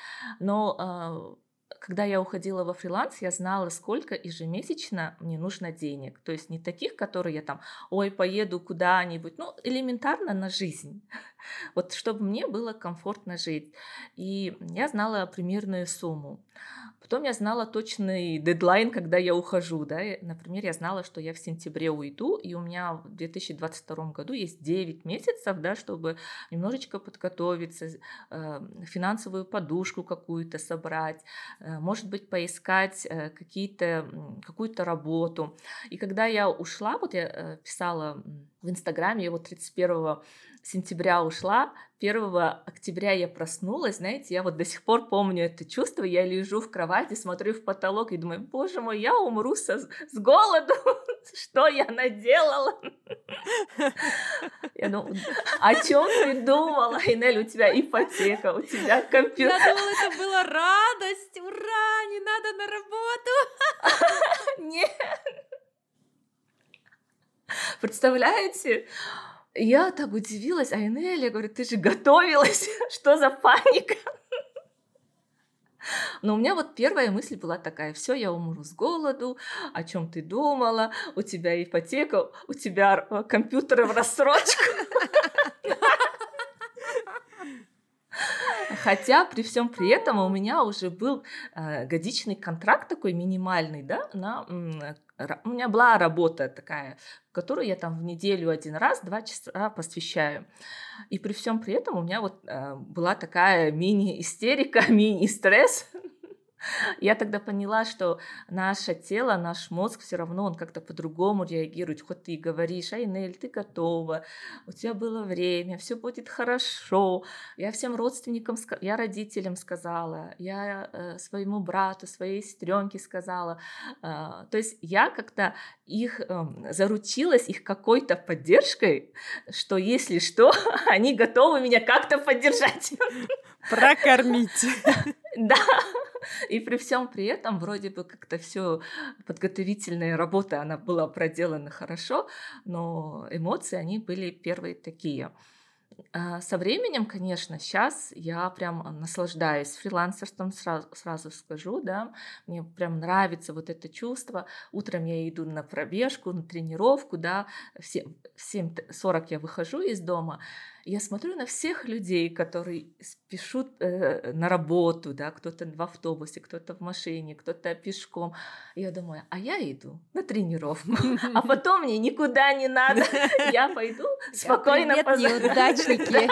Но э, когда я уходила во фриланс, я знала, сколько ежемесячно мне нужно денег. То есть не таких, которые я там, ой, поеду куда-нибудь, ну, элементарно на жизнь. Вот чтобы мне было комфортно жить. И я знала примерную сумму. Потом я знала точный дедлайн, когда я ухожу, да. Например, я знала, что я в сентябре уйду, и у меня в две тысячи двадцать втором году есть девять месяцев, да, чтобы немножечко подготовиться, финансовую подушку какую-то собрать, может быть, поискать какие-то, какую-то работу. И когда я ушла, вот я писала в Инстаграме, я вот тридцать первого сентября ушла, первого октября я проснулась, знаете, я вот до сих пор помню это чувство, я лежу в кровати, смотрю в потолок и думаю, боже мой, я умру со, с голоду, что я наделала? Я думаю, о чем ты думала, Инель, у тебя ипотека, у тебя компьютер. Я думала, это была радость, ура, не надо на работу. Нет. Представляете? Я так удивилась, а Инель, я говорю, ты же готовилась, что за паника? Но у меня вот первая мысль была такая, все, я умру с голоду, о чем ты думала, у тебя ипотека, у тебя компьютеры в рассрочку. Хотя при всем при этом у меня уже был э, годичный контракт такой минимальный, да, на, м, у меня была работа такая, которую я там в неделю один раз, два часа посвящаю. И при всем при этом у меня вот э, была такая мини-истерика, мини-стресс. Я тогда поняла, что наше тело, наш мозг все равно, он как-то по-другому реагирует. Хоть ты и говоришь, ай, Нель, ты готова, у тебя было время, все будет хорошо. Я всем родственникам, я родителям сказала, я э, своему брату, своей сестренке сказала. Э, то есть я как-то их э, заручилась их какой-то поддержкой, что если что, они готовы меня как-то поддержать. Прокормить. Да. И при всем при этом вроде бы как-то все подготовительная работа, она была проделана хорошо, но эмоции, они были первые такие. А со временем, конечно, сейчас я прям наслаждаюсь фрилансерством, сразу, сразу скажу, да, мне прям нравится вот это чувство. Утром я иду на пробежку, на тренировку, да, в семь сорок я выхожу из дома, я смотрю на всех людей, которые спешут э, на работу, да, кто-то в автобусе, кто-то в машине, кто-то пешком. Я думаю, а я иду на тренировку, а потом мне никуда не надо, я пойду спокойно позагораю. Привет, неудачники.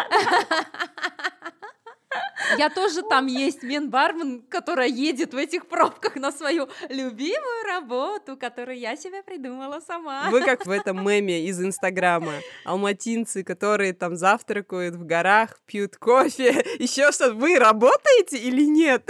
Я тоже там есть мен-бармен, которая едет в этих пробках на свою любимую работу, которую я себе придумала сама. Вы как в этом меме из Инстаграма. Алматинцы, которые там завтракают в горах, пьют кофе, еще что-то. Вы работаете или нет?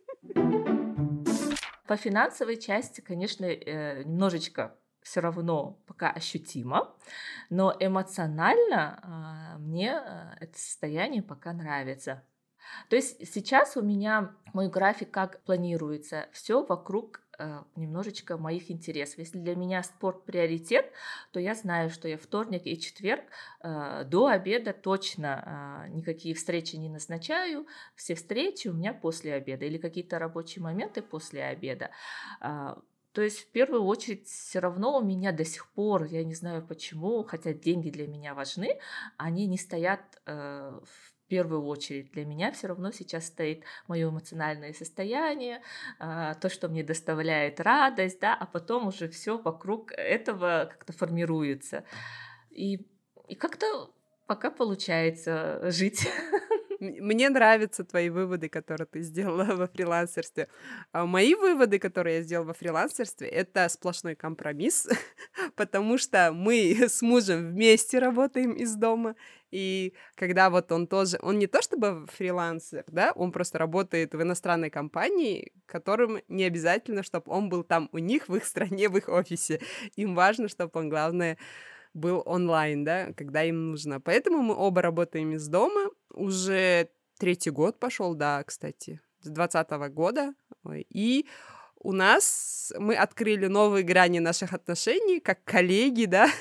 По финансовой части, конечно, немножечко все равно пока ощутимо, но эмоционально мне это состояние пока нравится. То есть сейчас у меня мой график как планируется, все вокруг э, немножечко моих интересов. Если для меня спорт приоритет, то я знаю, что я вторник и четверг э, до обеда точно э, никакие встречи не назначаю, все встречи у меня после обеда или какие-то рабочие моменты после обеда. Э, То есть в первую очередь все равно у меня до сих пор, я не знаю почему, хотя деньги для меня важны, они не стоят э, в В первую очередь для меня все равно сейчас стоит мое эмоциональное состояние, то, что мне доставляет радость, да, а потом уже все вокруг этого как-то формируется. И, и как-то пока получается жить. Мне нравятся твои выводы, которые ты сделала во фрилансерстве. А мои выводы, которые я сделала во фрилансерстве, это сплошной компромисс, потому что мы с мужем вместе работаем из дома, и когда вот он тоже, он не то чтобы фрилансер, да, он просто работает в иностранной компании, которым не обязательно, чтобы он был там у них, в их стране, в их офисе. Им важно, чтобы он, главное, был онлайн, да, когда им нужно. Поэтому мы оба работаем из дома. Уже третий год пошел, да, кстати, с двадцатого года. И у нас мы открыли новые грани наших отношений, как коллеги, да.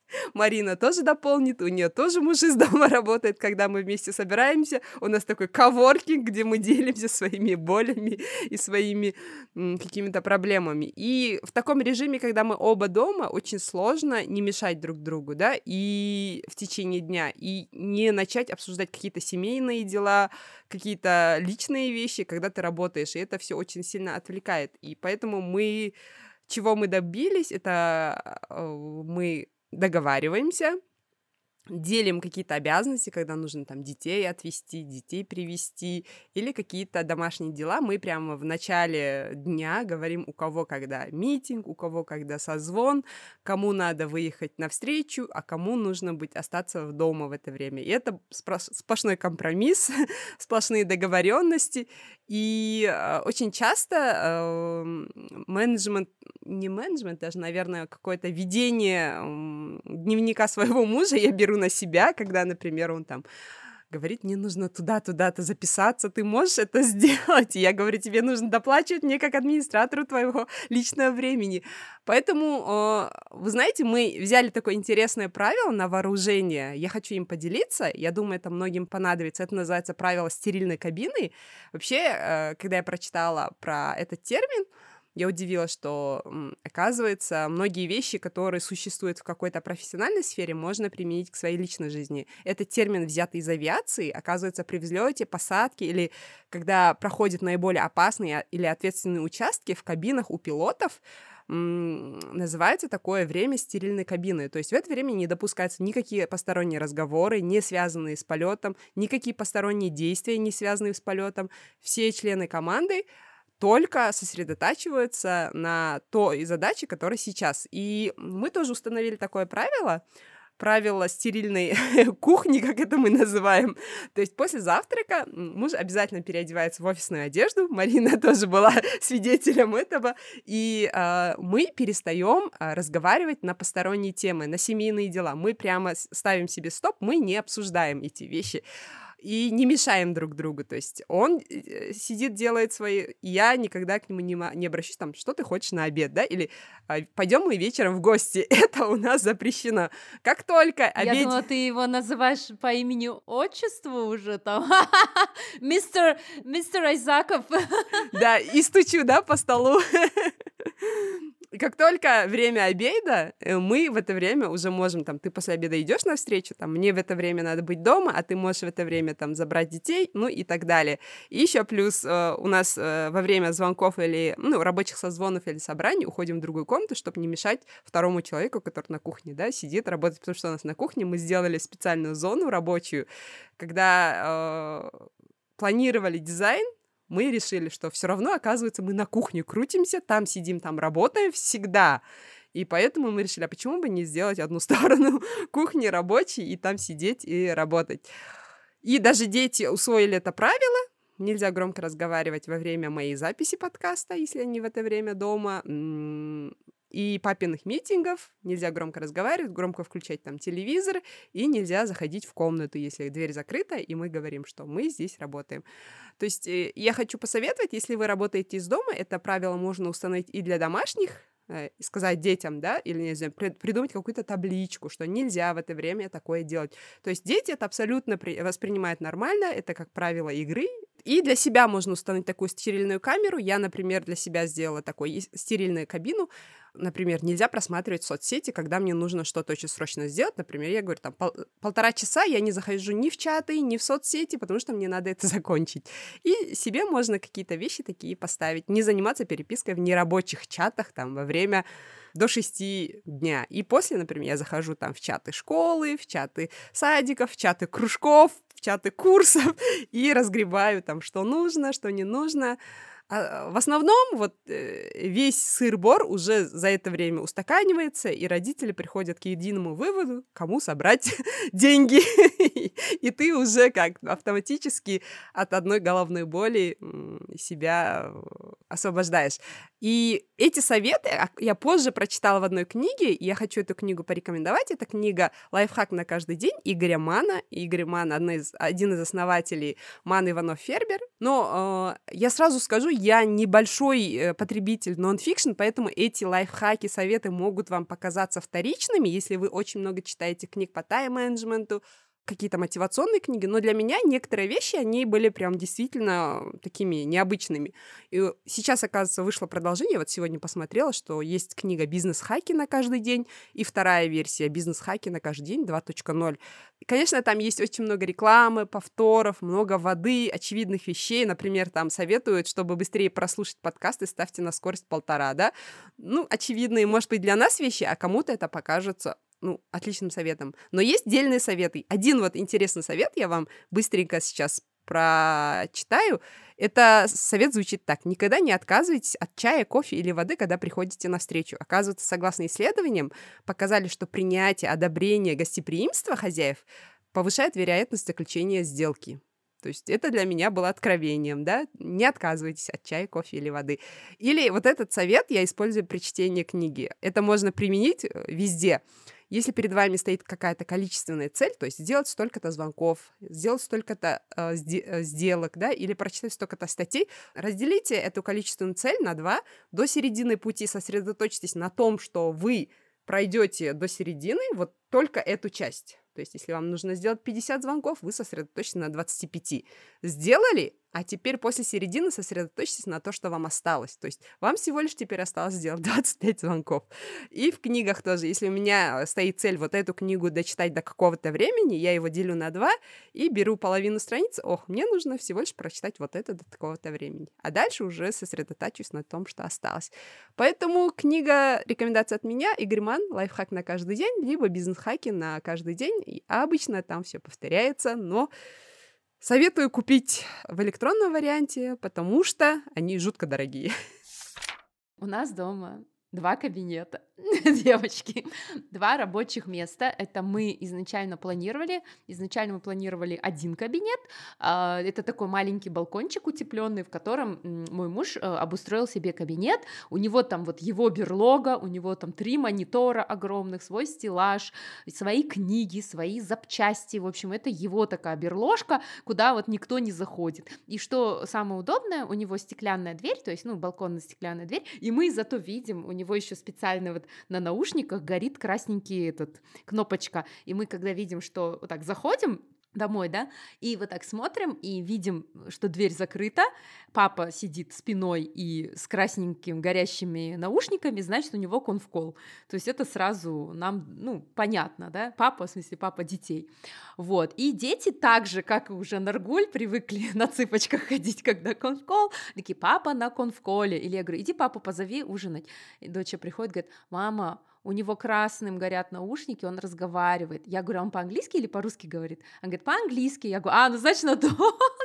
Марина тоже дополнит, у нее тоже муж из дома работает, когда мы вместе собираемся. У нас такой коворкинг, где мы делимся своими болями и своими м, какими-то проблемами. И в таком режиме, когда мы оба дома, очень сложно не мешать друг другу, да, и в течение дня, и не начать обсуждать какие-то семейные дела, какие-то личные вещи, когда ты работаешь, и это все очень сильно отвлекает. И поэтому мы, чего мы добились, это э, мы договариваемся, делим какие-то обязанности, когда нужно там детей отвезти, детей привезти или какие-то домашние дела. Мы прямо в начале дня говорим, у кого когда митинг, у кого когда созвон, кому надо выехать навстречу, а кому нужно быть остаться дома в это время. И это сплошной компромисс, сплошные договоренности. И э, очень часто э, менеджмент, не менеджмент, даже, наверное, какое-то ведение э, дневника своего мужа я беру на себя, когда, например, он там говорит, мне нужно туда-туда-то записаться, ты можешь это сделать? И я говорю, тебе нужно доплачивать мне как администратору твоего личного времени. Поэтому, э, вы знаете, мы взяли такое интересное правило на вооружение, я хочу им поделиться, я думаю, это многим понадобится, это называется правило стерильной кабины. Вообще, э, когда я прочитала про этот термин, я удивилась, что, оказывается, многие вещи, которые существуют в какой-то профессиональной сфере, можно применить к своей личной жизни. Этот термин, взятый из авиации, оказывается, при взлете, посадке или когда проходят наиболее опасные или ответственные участки в кабинах у пилотов, называется такое время стерильной кабины. То есть в это время не допускаются никакие посторонние разговоры, не связанные с полетом, никакие посторонние действия, не связанные с полетом. Все члены команды только сосредотачиваются на той задаче, которая сейчас. И мы тоже установили такое правило, правило стерильной кухни, как это мы называем. То есть после завтрака муж обязательно переодевается в офисную одежду. Марина тоже была свидетелем этого. И э, мы перестаем разговаривать на посторонние темы, на семейные дела. Мы прямо ставим себе стоп, мы не обсуждаем эти вещи. И не мешаем друг другу, то есть он сидит, делает свои, я никогда к нему не, не обращусь, там, что ты хочешь на обед, да, или пойдем мы вечером в гости, это у нас запрещено. Как только обед... Я думала, ты его называешь по имени-отчеству уже, там, мистер, мистер Айзаков. Да, и стучу, да, по столу. И как только время обеда, мы в это время уже можем, там, ты после обеда идешь навстречу, там, мне в это время надо быть дома, а ты можешь в это время, там, забрать детей, ну и так далее. И еще плюс э, у нас э, во время звонков или, ну, рабочих созвонов или собраний уходим в другую комнату, чтобы не мешать второму человеку, который на кухне, да, сидит, работает, потому что у нас на кухне мы сделали специальную зону рабочую, когда э, планировали дизайн, мы решили, что все равно, оказывается, мы на кухне крутимся, там сидим, там работаем всегда. И поэтому мы решили, а почему бы не сделать одну сторону кухни рабочей и там сидеть и работать. И даже дети усвоили это правило. Нельзя громко разговаривать во время моей записи подкаста, если они в это время дома. И папиных митингов нельзя громко разговаривать, громко включать там телевизор, и нельзя заходить в комнату, если дверь закрыта, и мы говорим, что мы здесь работаем. То есть я хочу посоветовать, если вы работаете из дома, это правило можно установить и для домашних, сказать детям, да, или, не знаю, придумать какую-то табличку, что нельзя в это время такое делать. То есть дети это абсолютно воспринимают нормально, это как правило игры. И для себя можно установить такую стерильную камеру. Я, например, для себя сделала такую стерильную кабину. Например, нельзя просматривать соцсети, когда мне нужно что-то очень срочно сделать. Например, я говорю, там, пол- полтора часа я не захожу ни в чаты, ни в соцсети, потому что мне надо это закончить. И себе можно какие-то вещи такие поставить. Не заниматься перепиской в нерабочих чатах там во время до шести дня. И после, например, я захожу там в чаты школы, в чаты садиков, в чаты кружков, в чаты курсов и разгребаю там, что нужно, что не нужно. А в основном вот весь сыр-бор уже за это время устаканивается, и родители приходят к единому выводу, кому собрать деньги. И ты уже как автоматически от одной головной боли себя освобождаешь. И эти советы я позже прочитала в одной книге, и я хочу эту книгу порекомендовать. Это книга «Лайфхак на каждый день» Игоря Манна. Игорь Манн — один из основателей Манн Иванов Фербер. Но э, я сразу скажу, я небольшой э, потребитель нон-фикшн, поэтому эти лайфхаки, советы могут вам показаться вторичными, если вы очень много читаете книг по тайм-менеджменту, какие-то мотивационные книги, но для меня некоторые вещи, они были прям действительно такими необычными. И сейчас, оказывается, вышло продолжение, вот сегодня посмотрела, что есть книга «Бизнес-хаки на каждый день» и вторая версия «Бизнес-хаки на каждый день два точка ноль». И, конечно, там есть очень много рекламы, повторов, много воды, очевидных вещей. Например, там советуют, чтобы быстрее прослушать подкасты, ставьте на скорость полтора, да? Ну, очевидные, может быть, для нас вещи, а кому-то это покажется ну, отличным советом. Но есть дельные советы. Один вот интересный совет я вам быстренько сейчас прочитаю. Это совет звучит так. Никогда не отказывайтесь от чая, кофе или воды, когда приходите на встречу. Оказывается, согласно исследованиям, показали, что принятие, одобрение, гостеприимство хозяев повышает вероятность заключения сделки. То есть это для меня было откровением, да? Не отказывайтесь от чая, кофе или воды. Или вот этот совет я использую при чтении книги. Это можно применить везде. Если перед вами стоит какая-то количественная цель, то есть сделать столько-то звонков, сделать столько-то э, сделок, да, или прочитать столько-то статей, разделите эту количественную цель на два, до середины пути сосредоточьтесь на том, что вы пройдете до середины, вот только эту часть. То есть, если вам нужно сделать пятьдесят звонков, вы сосредоточитесь на двадцати пяти. Сделали? А теперь после середины сосредоточьтесь на то, что вам осталось. То есть вам всего лишь теперь осталось сделать двадцать пять звонков. И в книгах тоже. Если у меня стоит цель вот эту книгу дочитать до какого-то времени, я его делю на два и беру половину страницы. Ох, мне нужно всего лишь прочитать вот это до такого-то времени. А дальше уже сосредотачиваюсь на том, что осталось. Поэтому книга «Рекомендация от меня» Игорь Манн «Лайфхак на каждый день», либо «Бизнес-хаки на каждый день». А обычно там все повторяется, но советую купить в электронном варианте, потому что они жутко дорогие. У нас дома два кабинета, девочки, два рабочих места. Это мы изначально планировали. Изначально мы планировали один кабинет. Это такой маленький балкончик утепленный, в котором мой муж обустроил себе кабинет. У него там вот его берлога, у него там три монитора огромных, свой стеллаж, свои книги, свои запчасти. В общем, это его такая берложка, куда вот никто не заходит. И что самое удобное, у него стеклянная дверь, то есть, ну, балконная стеклянная дверь, и мы зато видим, у него еще специально вот на наушниках горит красненький этот кнопочка, и мы когда видим, что вот так заходим домой, да, и вот так смотрим и видим, что дверь закрыта, папа сидит спиной и с красненькими горящими наушниками, значит, у него конфкол. То есть это сразу нам, ну, понятно, да, папа, в смысле, папа детей. Вот, и дети так же, как и уже Наргуль, привыкли на цыпочках ходить, когда конфкол, такие, папа на конфколе, или я говорю, иди папу позови ужинать. И доча приходит, говорит, мама, у него красным горят наушники, он разговаривает. Я говорю, а он по-английски или по-русски говорит? Он говорит, по-английски. Я говорю, а, ну, значит, на долг.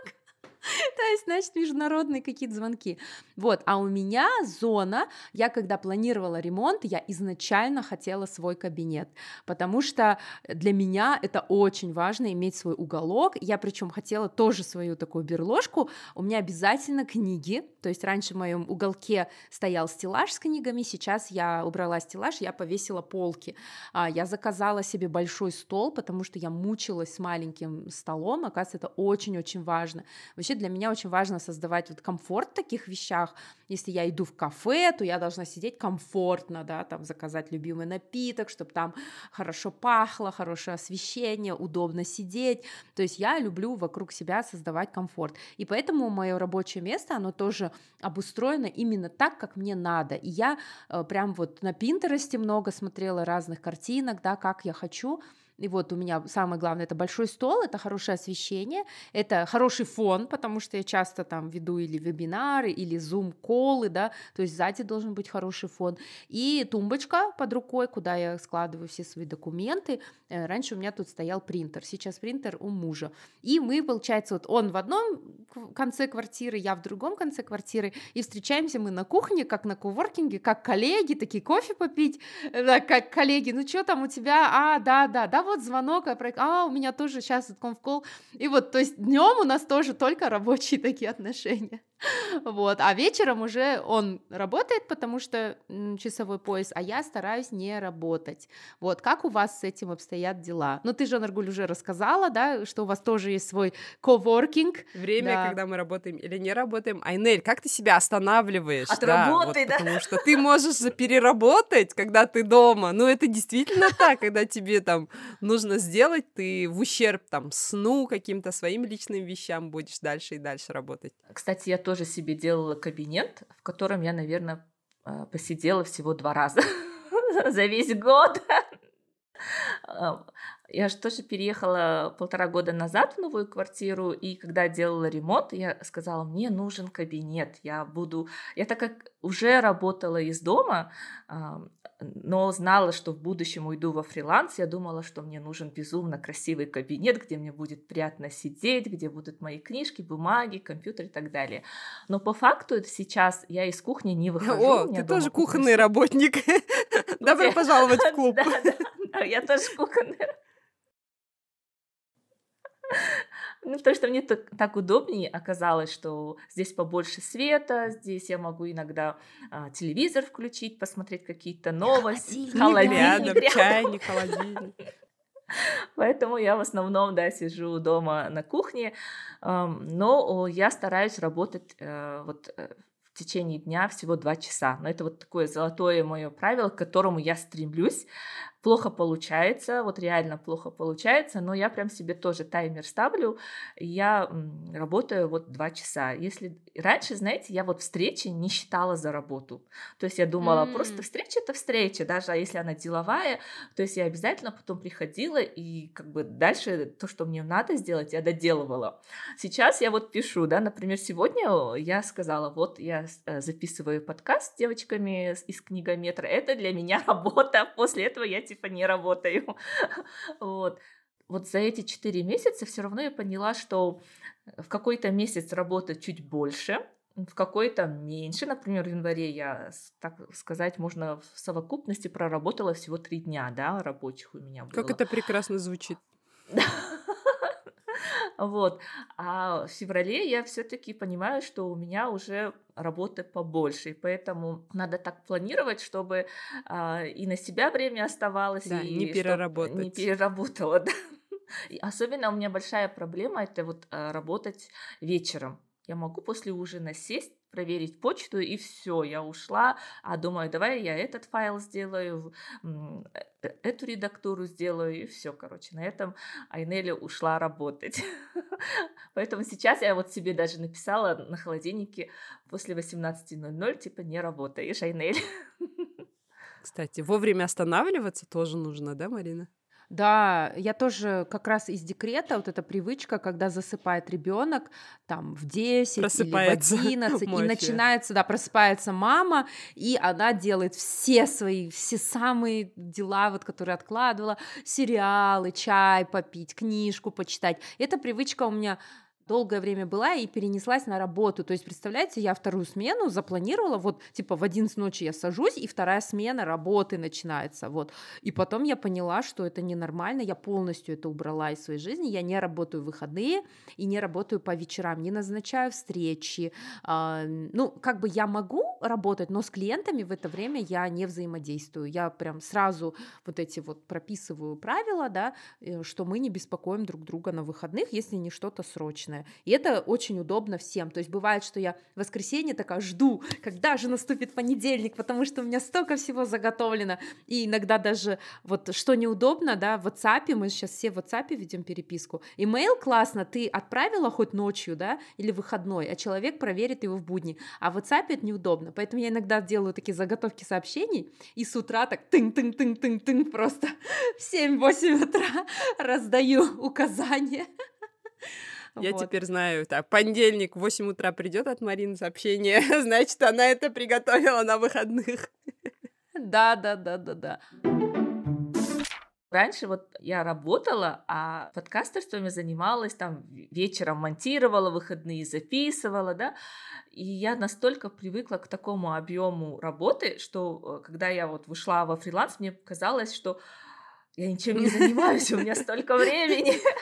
То есть, значит, международные какие-то звонки. Вот, а у меня зона, я когда планировала ремонт, я изначально хотела свой кабинет, потому что для меня это очень важно, иметь свой уголок. Я причем хотела тоже свою такую берложку, у меня обязательно книги, то есть раньше в моем уголке стоял стеллаж с книгами, сейчас я убрала стеллаж, я повесила полки. Я заказала себе большой стол, потому что я мучилась с маленьким столом, оказывается, это очень-очень важно. Вообще для меня очень важно создавать вот комфорт в таких вещах. Если я иду в кафе, то я должна сидеть комфортно, да, там заказать любимый напиток, чтобы там хорошо пахло, хорошее освещение, удобно сидеть. То есть я люблю вокруг себя создавать комфорт. И поэтому мое рабочее место, оно тоже обустроено именно так, как мне надо. И я э, прям вот на Пинтересте много смотрела разных картинок, да, как я хочу. И вот у меня самое главное — это большой стол, это хорошее освещение, это хороший фон, потому что я часто там веду или вебинары, или зум-колы, да, то есть сзади должен быть хороший фон, и тумбочка под рукой, куда я складываю все свои документы. Раньше у меня тут стоял принтер, сейчас принтер у мужа, и мы, получается, вот он в одном конце квартиры, я в другом конце квартиры, и встречаемся мы на кухне, как на коворкинге, как коллеги, такие кофе попить, да, как коллеги, ну что там у тебя, а, да, да, да, вот звонок, а у меня тоже сейчас конфкол. И вот, то есть днем у нас тоже только рабочие такие отношения. Вот, а вечером уже он работает, потому что м, часовой пояс, а я стараюсь не работать. Вот, как у вас с этим обстоят дела? Ну, ты же, Наргуль, уже рассказала, да, что у вас тоже есть свой коворкинг. Время, Да. когда мы работаем или не работаем. Айнель, как ты себя останавливаешь? От Да, работы, вот да? потому что ты можешь переработать, когда ты дома. Ну, это действительно так, когда тебе там нужно сделать, ты в ущерб там сну, каким-то своим личным вещам будешь дальше и дальше работать. Кстати, я тоже себе делала кабинет, в котором я, наверное, посидела всего два раза за весь год. Я же тоже переехала полтора года назад в новую квартиру, и когда делала ремонт, я сказала, мне нужен кабинет, я буду... Я так как уже работала из дома, но знала, что в будущем уйду во фриланс, я думала, что мне нужен безумно красивый кабинет, где мне будет приятно сидеть, где будут мои книжки, бумаги, компьютер и так далее. Но по факту сейчас я из кухни не выхожу. О, ты тоже кухонный работник. Добро пожаловать в клуб. Да, я тоже кухонная. Ну, потому что мне так, так удобнее оказалось, что здесь побольше света, здесь я могу иногда а, телевизор включить, посмотреть какие-то новости. Холодильник, рядом, чайник, холодильник. Поэтому я в основном, да, сижу дома на кухне, но я стараюсь работать вот в течение дня всего два часа. Но это вот такое золотое мое правило, к которому я стремлюсь. Плохо получается, вот реально плохо получается, но я прям себе тоже таймер ставлю, я работаю вот два часа. Если раньше, знаете, я вот встречи не считала за работу, то есть я думала, mm. просто встреча — это встреча, даже если она деловая, то есть я обязательно потом приходила и как бы дальше то, что мне надо сделать, я доделывала. Сейчас я вот пишу, да, например, сегодня я сказала, вот я записываю подкаст с девочками из Книгометра, это для меня работа, после этого я типа не работаю. Вот. Вот за эти четыре месяца все равно я поняла, что в какой-то месяц работать чуть больше, в какой-то меньше. Например, в январе я, так сказать, можно в совокупности проработала всего три дня, да, рабочих у меня было. Как это прекрасно звучит. Вот. А в феврале я все-таки понимаю, что у меня уже работы побольше, и поэтому надо так планировать, чтобы а, и на себя время оставалось, да, и не переработать. Не переработала, да. И особенно у меня большая проблема — это вот а, работать вечером. Я могу после ужина сесть, проверить почту, и все, я ушла, а думаю, давай я этот файл сделаю, эту редактуру сделаю, и все, короче, на этом Айнеля ушла работать. Поэтому сейчас я вот себе даже написала на холодильнике после восемнадцати ноль ноль, типа, не работаешь, Айнель. Кстати, вовремя останавливаться тоже нужно, да, Марина? Да, я тоже как раз из декрета, вот эта привычка, когда засыпает ребенок там в десять или в одиннадцать, и начинается, да, просыпается мама, и она делает все свои, все самые дела, вот, которые откладывала, сериалы, чай попить, книжку почитать. Эта привычка у меня долгое время была и перенеслась на работу. То есть, представляете, я вторую смену запланировала, вот, типа, в одиннадцать ночи я сажусь, и вторая смена работы начинается, вот. И потом я поняла, что это ненормально, я полностью это убрала из своей жизни, я не работаю в выходные и не работаю по вечерам, не назначаю встречи. А, ну, как бы я могу работать, но с клиентами в это время я не взаимодействую. Я прям сразу вот эти вот прописываю правила, да, что мы не беспокоим друг друга на выходных, если не что-то срочное. И это очень удобно всем. То есть бывает, что я в воскресенье такая жду, когда же наступит понедельник, потому что у меня столько всего заготовлено. И иногда даже вот что неудобно, да, в WhatsApp, мы сейчас все в WhatsApp ведем переписку. Имейл классно, ты отправила хоть ночью, да, или выходной, а человек проверит его в будни. А в WhatsApp это неудобно. Поэтому я иногда делаю такие заготовки сообщений, и с утра так тынь-тынь-тынь-тынь-тынь просто в семь-восемь утра раздаю указания. Я вот. Теперь знаю, так, понедельник в восемь утра придет от Марины сообщение, значит, она это приготовила на выходных. Да, да, да, да, да. Раньше вот я работала, а подкастерством я занималась, там вечером монтировала, выходные записывала, да, и я настолько привыкла к такому объему работы, что когда я вот вышла во фриланс, мне казалось, что я ничем не занимаюсь, у меня столько времени,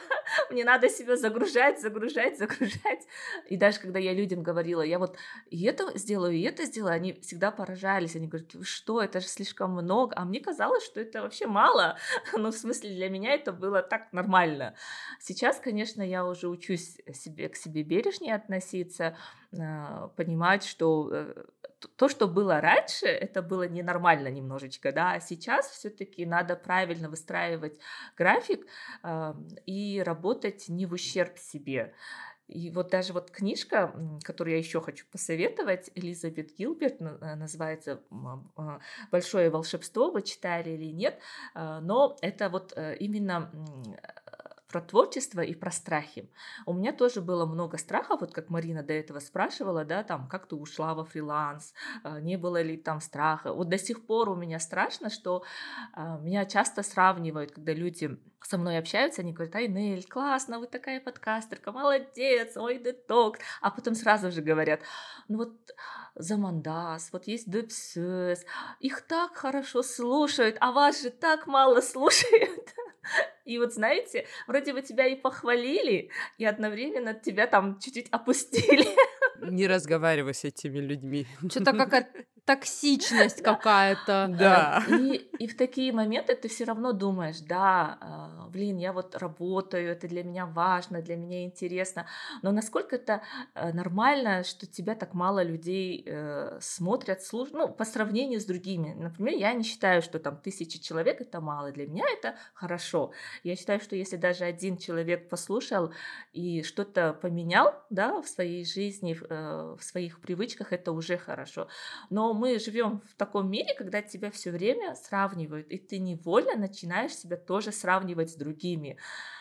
мне надо себя загружать, загружать, загружать. И даже когда я людям говорила, я вот и это сделаю, и это сделаю, они всегда поражались. Они говорят, что, это же слишком много. А мне казалось, что это вообще мало. Ну, в смысле, для меня это было так нормально. Сейчас, конечно, я уже учусь себе, к себе бережнее относиться, понимать, что то, что было раньше, это было ненормально немножечко, да, а сейчас все-таки надо правильно выстраивать график э, и работать не в ущерб себе. И вот даже вот книжка, которую я еще хочу посоветовать, Элизабет Гилберт, называется «Большое волшебство», вы читали или нет, но это вот именно про творчество и про страхи. У меня тоже было много страхов, вот как Марина до этого спрашивала, да, там, как ты ушла во фриланс, не было ли там страха. Вот до сих пор у меня страшно, что меня часто сравнивают, когда люди со мной общаются, они говорят, ай, Нель, классно, вы такая подкастерка, молодец, ой, детокс. А потом сразу же говорят, ну вот Замандас, вот есть Депсёс, их так хорошо слушают, а вас же так мало слушают. И вот знаете, вроде бы тебя и похвалили, и одновременно тебя там чуть-чуть опустили. Не разговаривай с этими людьми. Что-то какая-то токсичность какая-то. Да. И, и в такие моменты ты все равно думаешь, да, блин, я вот работаю, это для меня важно, для меня интересно, но насколько это нормально, что тебя так мало людей э, смотрят, слушают, ну, по сравнению с другими. Например, я не считаю, что там тысяча человек это мало, для меня это хорошо. Я считаю, что если даже один человек послушал и что-то поменял, да, в своей жизни, в, э, в своих привычках, это уже хорошо. Но мы живем в таком мире, когда тебя все время сравнивают, и ты невольно начинаешь себя тоже сравнивать с другими.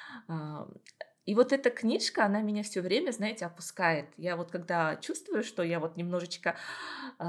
И вот эта книжка, она меня все время, знаете, опускает. Я вот когда чувствую, что я вот немножечко э,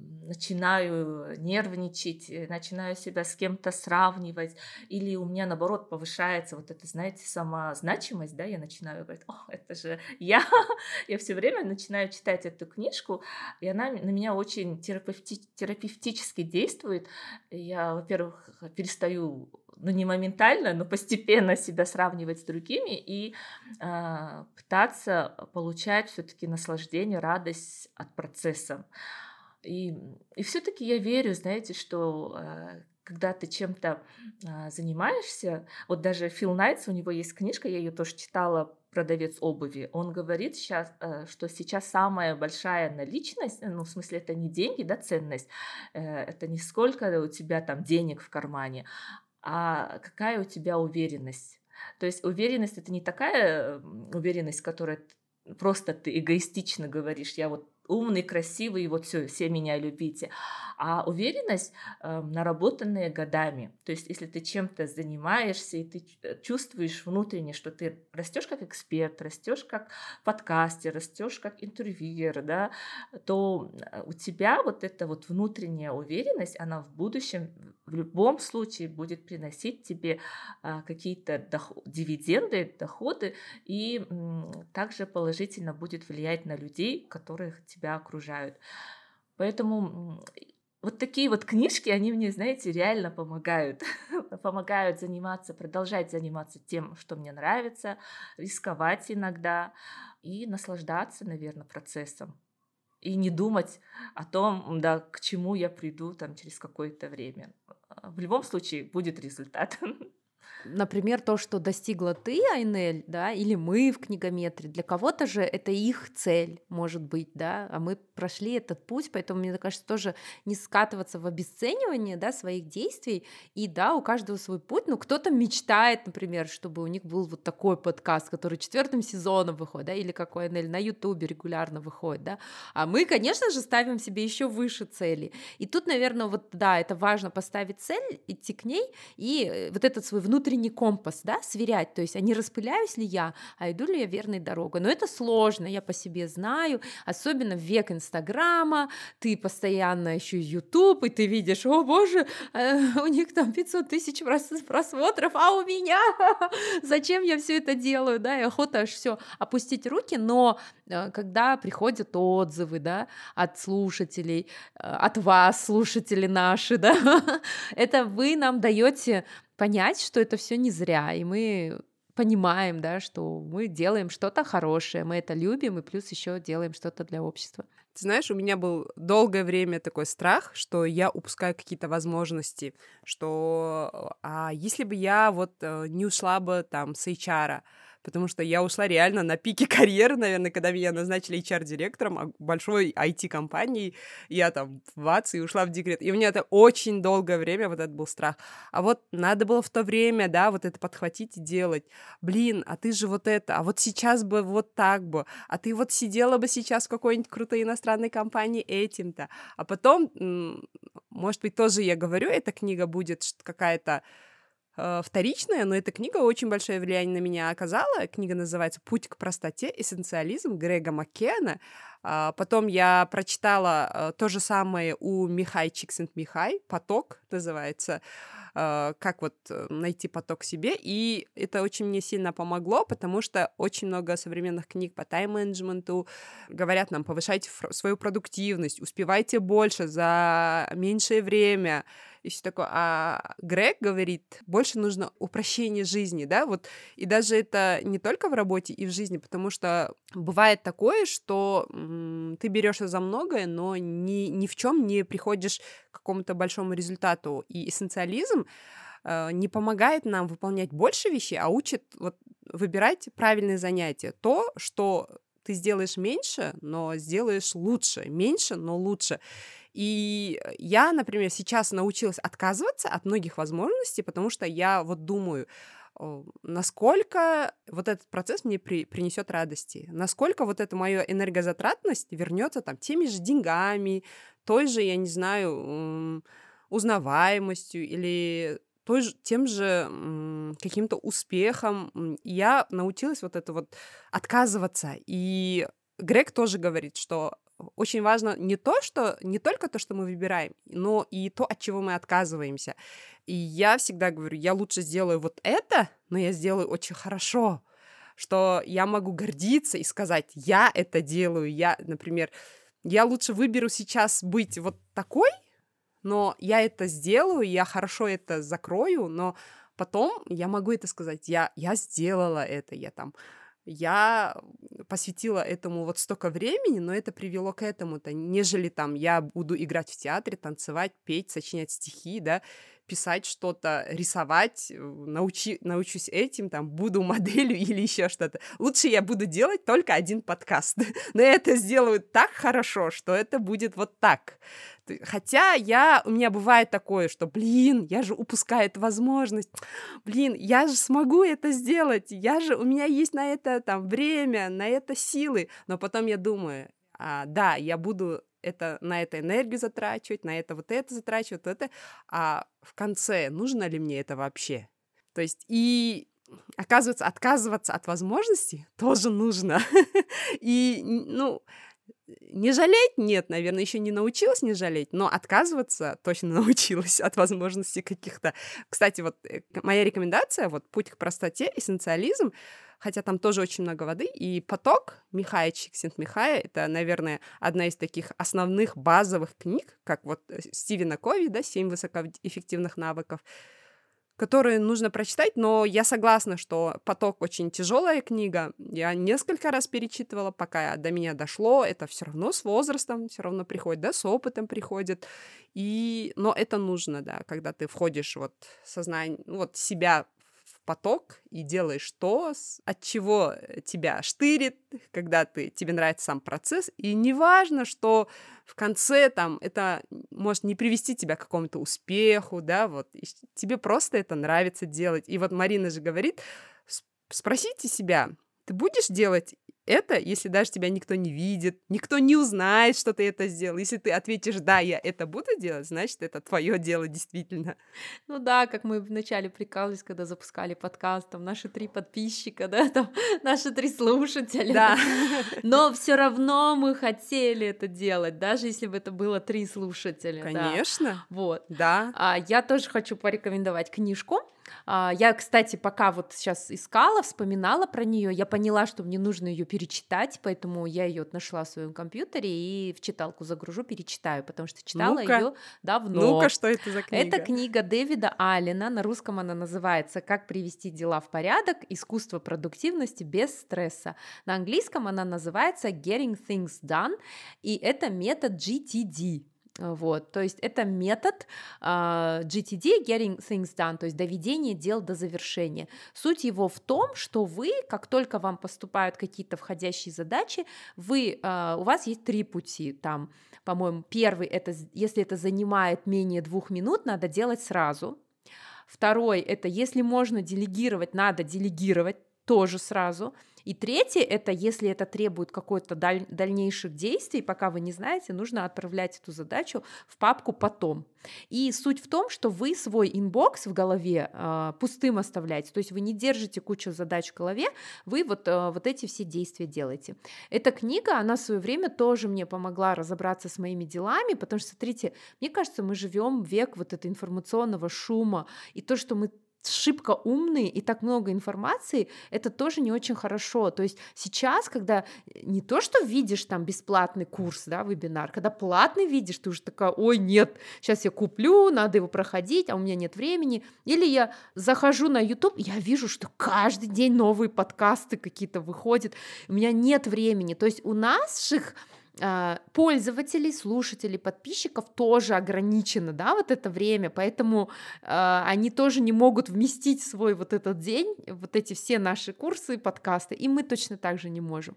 начинаю нервничать, начинаю себя с кем-то сравнивать, или у меня, наоборот, повышается вот эта, знаете, самозначимость, да, я начинаю говорить, о, это же я. Я все время начинаю читать эту книжку, и она на меня очень терапевти- терапевтически действует. Я, во-первых, перестаю, ну, не моментально, но постепенно себя сравнивать с другими и э, пытаться получать все-таки наслаждение, радость от процесса. И, и все-таки я верю, знаете, что э, когда ты чем-то э, занимаешься, вот даже Фил Найтс, у него есть книжка, я ее тоже читала, «Продавец обуви», он говорит сейчас, э, что сейчас самая большая наличность, ну, в смысле, это не деньги, да, ценность, э, это не сколько у тебя там денег в кармане, а какая у тебя уверенность. То есть уверенность — это не такая уверенность, которая просто ты эгоистично говоришь, я вот умный, красивый, и вот все, все меня любите. А уверенность, э, наработанная годами. То есть если ты чем-то занимаешься, и ты чувствуешь внутренне, что ты растешь как эксперт, растешь как подкастер, растешь как интервьюер, да, то у тебя вот эта вот внутренняя уверенность, она в будущем в любом случае будет приносить тебе э, какие-то доход, дивиденды, доходы, и м, также положительно будет влиять на людей, которых тебя окружают. Поэтому вот такие вот книжки, они мне, знаете, реально помогают. Помогают заниматься, продолжать заниматься тем, что мне нравится, рисковать иногда и наслаждаться, наверное, процессом. И не думать о том, да, к чему я приду там через какое-то время. В любом случае будет результат. Например, то, что достигла ты, Айнель, да, или мы в книгометре, для кого-то же это их цель, может быть, да, а мы прошли этот путь, поэтому, мне кажется, тоже не скатываться в обесценивание, да, своих действий, и, да, у каждого свой путь, ну, кто-то мечтает, например, чтобы у них был вот такой подкаст, который четвертым сезоном выходит, да, или как у Айнель на Ютубе регулярно выходит, да, а мы, конечно же, ставим себе еще выше цели, и тут, наверное, вот, да, это важно поставить цель, идти к ней, и вот этот свой внутренний компас, да, сверять, то есть, а не распыляюсь ли я, а иду ли я верной дорогой. Но это сложно, я по себе знаю, особенно в век Инстаграма, ты постоянно еще Ютуб, и ты видишь, о боже, э, у них там пятьсот тысяч просмотров, а у меня зачем я все это делаю, да, и охота аж все опустить руки, но э, когда приходят отзывы, да, от слушателей, э, от вас, слушатели наши, да, это вы нам даете понять, что это все не зря, и мы понимаем, да, что мы делаем что-то хорошее, мы это любим, и плюс еще делаем что-то для общества. Ты знаешь, у меня был долгое время такой страх, что я упускаю какие-то возможности, что а если бы я вот э, не ушла бы там с эйч ар, потому что я ушла реально на пике карьеры, наверное, когда меня назначили эйч ар-директором большой ай ти-компании, я там в ВАЦ и ушла в декрет. И у меня это очень долгое время, вот это был страх. А вот надо было в то время, да, вот это подхватить и делать. Блин, а ты же вот это, а вот сейчас бы вот так бы, а ты вот сидела бы сейчас в какой-нибудь крутой иностранной компании этим-то. А потом, может быть, тоже я говорю, эта книга будет какая-то вторичная, но эта книга очень большое влияние на меня оказала. Книга называется «Путь к простоте. Эссенциализм» Грега Маккена. Потом я прочитала то же самое у Михай Чиксент-Михай, «Поток» называется, как вот найти поток в себе, и это очень мне сильно помогло, потому что очень много современных книг по тайм-менеджменту говорят нам: повышайте свою продуктивность, успевайте больше за меньшее время, и все такое. А Грег говорит, больше нужно упрощение жизни, да, вот, и даже это не только в работе и в жизни, потому что бывает такое, что м- ты берешься за многое, но ни, ни в чем не приходишь к какому-то большому результату, и эссенциализм э, не помогает нам выполнять больше вещей, а учит вот выбирать правильные занятия, то, что ты сделаешь меньше, но сделаешь лучше, меньше, но лучше. И я, например, сейчас научилась отказываться от многих возможностей, потому что я вот думаю, насколько вот этот процесс мне при, принесет радости, насколько вот эта моя энергозатратность вернется там теми же деньгами, той же, я не знаю, узнаваемостью или той же, тем же м, каким-то успехом. Я научилась вот это вот отказываться. И Грег тоже говорит, что очень важно не то, что не только то, что мы выбираем, но и то, от чего мы отказываемся. И я всегда говорю, я лучше сделаю вот это, но я сделаю очень хорошо, что я могу гордиться и сказать, я это делаю. Я, например, я лучше выберу сейчас быть вот такой, но я это сделаю, я хорошо это закрою, но потом я могу это сказать, я, я сделала это, я там, я посвятила этому вот столько времени, но это привело к этому-то, нежели там я буду играть в театре, танцевать, петь, сочинять стихи, да, писать что-то, рисовать, научи, научусь этим, там, буду моделью или еще что-то. Лучше я буду делать только один подкаст, но я это сделаю так хорошо, что это будет вот так. Хотя я, у меня бывает такое, что, блин, я же упускаю эту возможность, блин, я же смогу это сделать, я же, у меня есть на это там время, на это силы, но потом я думаю, а, да, я буду это, на это энергию затрачивать, на это вот это затрачивать, вот это, а в конце нужно ли мне это вообще? То есть и оказывается, отказываться от возможностей тоже нужно. И, ну, не жалеть? Нет, наверное, еще не научилась не жалеть, но отказываться точно научилась от возможностей каких-то. Кстати, вот моя рекомендация, вот «Путь к простоте», эссенциализм, хотя там тоже очень много воды, и «Поток» Михая Чиксент-Михая, это, наверное, одна из таких основных базовых книг, как вот Стивена Кови, да, «Семь высокоэффективных навыков», которые нужно прочитать, но я согласна, что «Поток» очень тяжелая книга. Я несколько раз перечитывала, пока до меня дошло. Это все равно с возрастом, все равно приходит, да, с опытом приходит. И... Но это нужно, да, когда ты входишь вот в сознание, вот себя в поток и делаешь то, от чего тебя штырит, когда ты, тебе нравится сам процесс. И неважно, что в конце там это может не привести тебя к какому-то успеху, да, вот, тебе просто это нравится делать. И вот Марина же говорит, спросите себя, ты будешь делать это, если даже тебя никто не видит, никто не узнает, что ты это сделал. Если ты ответишь «да, я это буду делать», значит, это твое дело действительно. Ну да, как мы вначале прикалывались, когда запускали подкаст, там наши три подписчика, да, там наши три слушателя. Да. Но все равно мы хотели это делать, даже если бы это было три слушателя. Конечно. Да. Вот. Да. А я тоже хочу порекомендовать книжку. А, Я, кстати, пока вот сейчас искала, вспоминала про нее, я поняла, что мне нужно ее перечитать, поэтому я ее нашла в своем компьютере и в читалку загружу, перечитаю, потому что читала Ну-ка, ее давно. ну-ка, что это за Это книга? книга Дэвида Аллена, на русском она называется «Как привести дела в порядок. Искусство продуктивности без стресса». На английском она называется Getting Things Done, и это метод джи ти ди. Вот, то есть это метод а, джи ти ди, Getting Things Done, то есть доведение дел до завершения. Суть его в том, что вы, как только вам поступают какие-то входящие задачи, вы, а, у вас есть три пути, там, по-моему, первый, это если это занимает менее двух минут, надо делать сразу. Второй, это если можно делегировать, надо делегировать тоже сразу. И третье, это если это требует какой-то даль- дальнейших действий, пока вы не знаете, нужно отправлять эту задачу в папку потом. И суть в том, что вы свой инбокс в голове э, пустым оставляете, то есть вы не держите кучу задач в голове, вы вот, э, вот эти все действия делаете. Эта книга, она в свое время тоже мне помогла разобраться с моими делами, потому что, смотрите, мне кажется, мы живем в век вот этого информационного шума, и то, что мы шибко умные и так много информации, это тоже не очень хорошо. То есть сейчас, когда не то, что видишь там бесплатный курс, да, вебинар, когда платный видишь, ты уже такая, ой, нет, сейчас я куплю, надо его проходить, а у меня нет времени. Или я захожу на YouTube, я вижу, что каждый день новые подкасты какие-то выходят, у меня нет времени. То есть у наших пользователей, слушателей, подписчиков тоже ограничено, да, вот это время, поэтому э, они тоже не могут вместить в свой вот этот день, вот эти все наши курсы, подкасты, и мы точно так же не можем.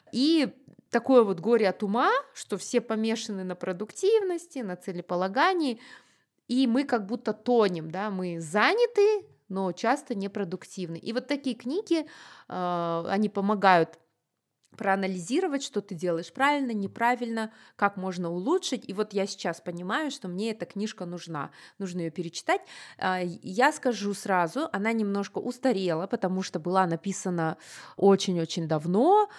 И такое вот горе от ума, что все помешаны на продуктивности, на целеполагании, и мы как будто тонем, да, мы заняты, но часто непродуктивны. И вот такие книги, э, они помогают проанализировать, что ты делаешь правильно, неправильно, как можно улучшить. И вот я сейчас понимаю, что мне эта книжка нужна, нужно ее перечитать. Я скажу сразу, она немножко устарела, потому что была написана очень-очень давно.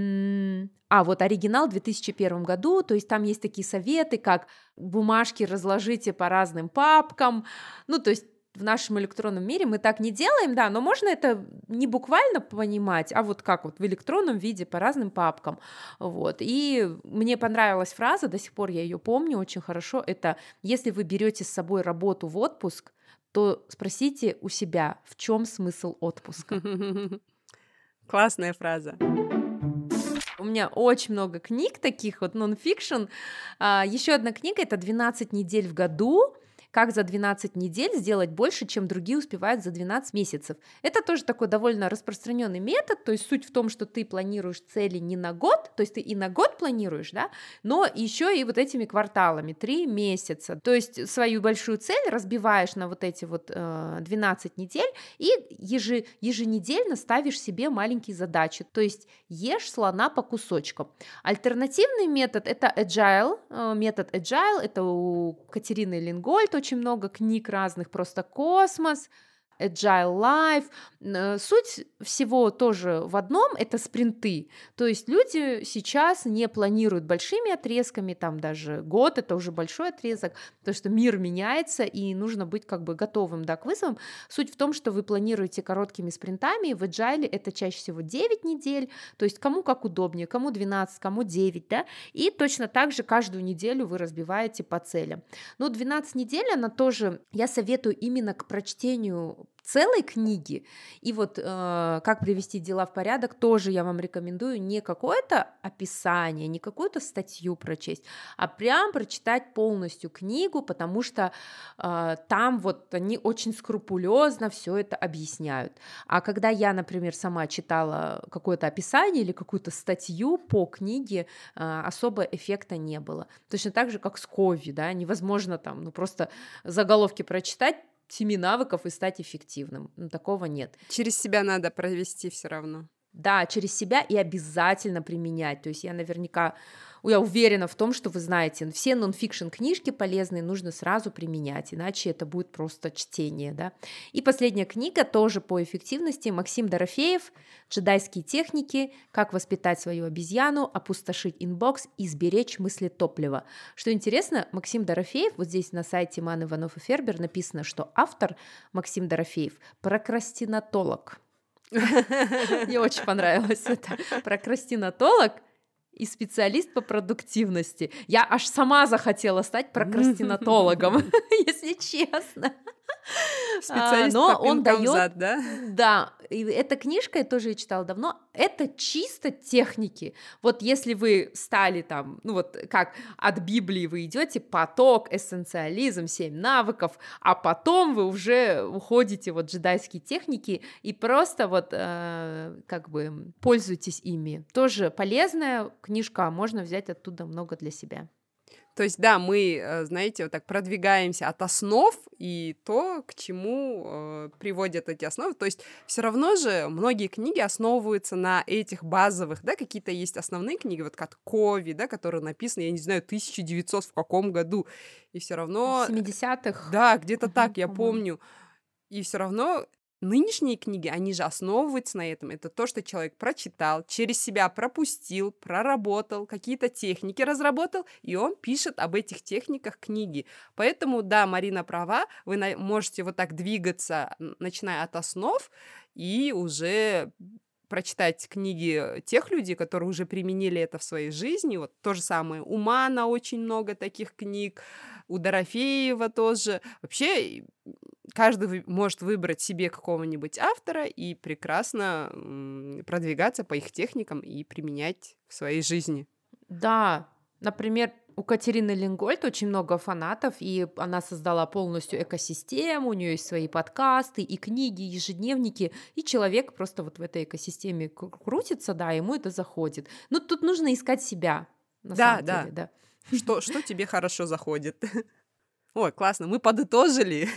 А вот оригинал в две тысячи первом году, то есть там есть такие советы, как бумажки разложите по разным папкам, ну то есть в нашем электронном мире мы так не делаем, да, но можно это не буквально понимать, а вот как вот в электронном виде по разным папкам, вот. И мне понравилась фраза, до сих пор я ее помню очень хорошо, это если вы берете с собой работу в отпуск, то спросите у себя, в чем смысл отпуска. Классная фраза. У меня очень много книг таких, вот нон-фикшн. Еще одна книга — это «двенадцать недель в году». Как за двенадцать недель сделать больше, чем другие успевают за двенадцать месяцев. Это тоже такой довольно распространенный метод, то есть суть в том, что ты планируешь цели не на год, то есть ты и на год планируешь, да, но еще и вот этими кварталами, три месяца, то есть свою большую цель разбиваешь на вот эти вот э, двенадцать недель и ежи, еженедельно ставишь себе маленькие задачи, то есть ешь слона по кусочкам. Альтернативный метод — это agile, э, метод agile, это у Катерины Лингольд, очень много книг разных, просто космос, Agile Life. Суть всего тоже в одном — это спринты. То есть люди сейчас не планируют большими отрезками, там даже год — это уже большой отрезок, потому что мир меняется, и нужно быть как бы готовым, да, к вызовам. Суть в том, что вы планируете короткими спринтами, в Agile это чаще всего девять недель, то есть кому как удобнее, кому двенадцать, кому девять, да, и точно так же каждую неделю вы разбиваете по целям. Но двенадцать недель, она тоже, я советую именно к прочтению целой книги. И вот э, как привести дела в порядок, тоже я вам рекомендую не какое-то описание, не какую-то статью прочесть, а прям прочитать полностью книгу, потому что э, там вот они очень скрупулезно все это объясняют. А когда я, например, сама читала какое-то описание или какую-то статью по книге, э, особо эффекта не было. Точно так же, как с Кови, да, невозможно там, ну просто заголовки прочитать, семи навыков и стать эффективным. Ну, такого нет. Через себя надо провести все равно. Да, через себя и обязательно применять. То есть я наверняка, я уверена в том, что вы знаете, все нон-фикшн книжки полезные нужно сразу применять, иначе это будет просто чтение, да. И последняя книга тоже по эффективности. Максим Дорофеев «Джедайские техники. Как воспитать свою обезьяну, опустошить инбокс и сберечь мыслетопливо». Что интересно, Максим Дорофеев, вот здесь на сайте Ман, Иванов и Фербер написано, что автор Максим Дорофеев прокрастинатолог. Мне очень понравилось это. Прокрастинатолог и специалист по продуктивности. Я аж сама захотела стать прокрастинатологом, если честно. Специалист Но по он пинкам в дает, зад, да? да, и эта книжка, я тоже ее читала давно, это чисто техники. Вот если вы стали там, ну вот как от Библии вы идете, поток, эссенциализм, семь навыков, а потом вы уже уходите вот джедайские техники и просто вот э, как бы пользуйтесь ими. Тоже полезная книжка, можно взять оттуда много для себя. То есть, да, мы, знаете, вот так продвигаемся от основ и то, к чему э, приводят эти основы. То есть, все равно же многие книги основываются на этих базовых, да, какие-то есть основные книги, вот как Кови, да, которые написаны, я не знаю, тысяча девятьсот в каком году, и все равно... В семидесятых. Да, где-то Угу, так, я по-моему. помню. И все равно нынешние книги, они же основываются на этом. Это то, что человек прочитал, через себя пропустил, проработал, какие-то техники разработал, и он пишет об этих техниках книги. Поэтому, да, Марина права, вы на- можете вот так двигаться, н- начиная от основ, и уже прочитать книги тех людей, которые уже применили это в своей жизни. Вот то же самое у Мана очень много таких книг, у Дорофеева тоже. Вообще, каждый вы- может выбрать себе какого-нибудь автора и прекрасно м, продвигаться по их техникам и применять в своей жизни. Да, например, у Катерины Ленгольд очень много фанатов, и она создала полностью экосистему, у нее есть свои подкасты и книги, и ежедневники, и человек просто вот в этой экосистеме кру- крутится, да, ему это заходит. Ну, тут нужно искать себя, на Да, самом да. деле, да. Что, что тебе хорошо заходит? Ой, классно, мы подытожили.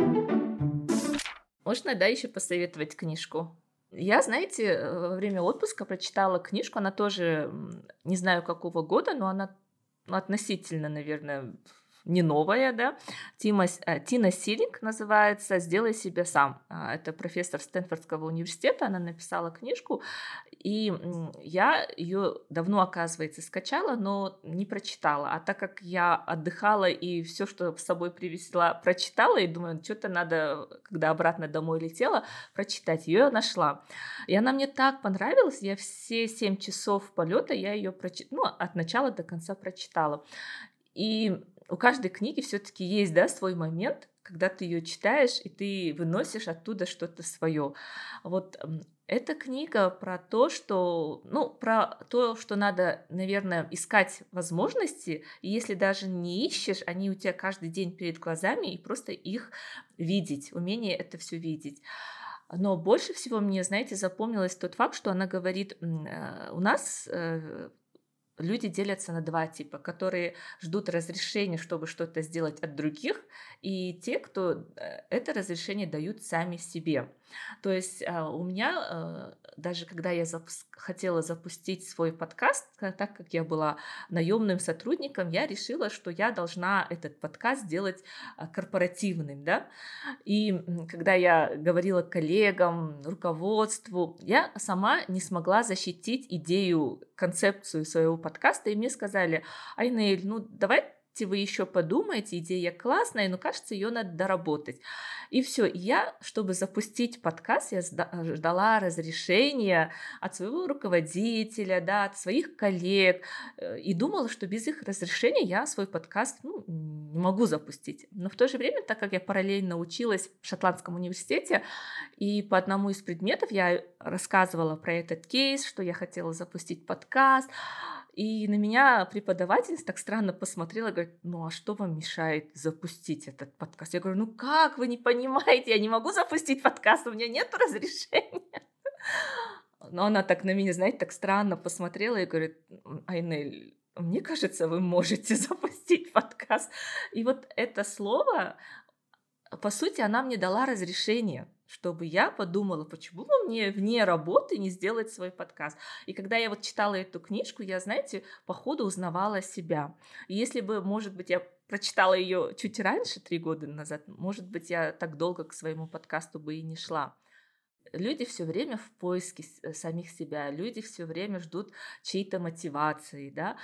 Можно, да, еще посоветовать книжку? Я, знаете, э, во время отпуска прочитала книжку, она тоже, м, не знаю какого года, но она ну, относительно, наверное, не новая, да. Тима, С- э, Тина Силинг называется «Сделай себя сам». А, Это профессор Стэнфордского университета, она написала книжку, и м, я ее давно, оказывается, скачала, но не прочитала. А так как я отдыхала и все, что с собой привезла, прочитала, и думаю, что-то надо, когда обратно домой летела, прочитать. Ее я нашла. И она мне так понравилась, я все семь часов полета я ее прочитала, ну, от начала до конца прочитала. И у каждой книги все-таки есть, да, свой момент, когда ты ее читаешь, и ты выносишь оттуда что-то свое. Вот м, эта книга про то, что, ну, про то, что надо, наверное, искать возможности, и если даже не ищешь, они у тебя каждый день перед глазами, и просто их видеть, умение это все видеть. Но больше всего мне, знаете, запомнилось тот факт, что она говорит, м, э, у нас э, люди делятся на два типа, которые ждут разрешения, чтобы что-то сделать от других, и те, кто э, это разрешение дают сами себе. То есть а, у меня, э, даже когда я запус- хотела запустить свой подкаст, ка- так как я была наемным сотрудником, я решила, что я должна этот подкаст сделать а, корпоративным, да, и м, когда я говорила коллегам, руководству, я сама не смогла защитить идею, концепцию своего подкаста, и мне сказали: Айнель, ну давайте вы еще подумайте, идея классная, но кажется, ее надо доработать. И все. Я, чтобы запустить подкаст, я сда- ждала разрешения от своего руководителя, да, от своих коллег, э, и думала, что без их разрешения я свой подкаст ну, не могу запустить. Но в то же время, так как я параллельно училась в Шотландском университете, и по одному из предметов я рассказывала про этот кейс, что я хотела запустить подкаст, и на меня преподаватель так странно посмотрела, говорит: ну а что вам мешает запустить этот подкаст? Я говорю: ну как, вы не понимаете, я не могу запустить подкаст, у меня нет разрешения. Но она так на меня, знаете, так странно посмотрела и говорит: Айнель, мне кажется, вы можете запустить подкаст. И вот это слово, по сути, она мне дала разрешение. чтобы я подумала, почему бы мне вне работы не сделать свой подкаст. И когда я вот читала эту книжку, я, знаете, по ходу узнавала себя. И если бы, может быть, я прочитала ее чуть раньше, три года назад, может быть, я так долго к своему подкасту бы и не шла. Люди все время в поиске самих себя, люди все время ждут чьей-то мотивации, да.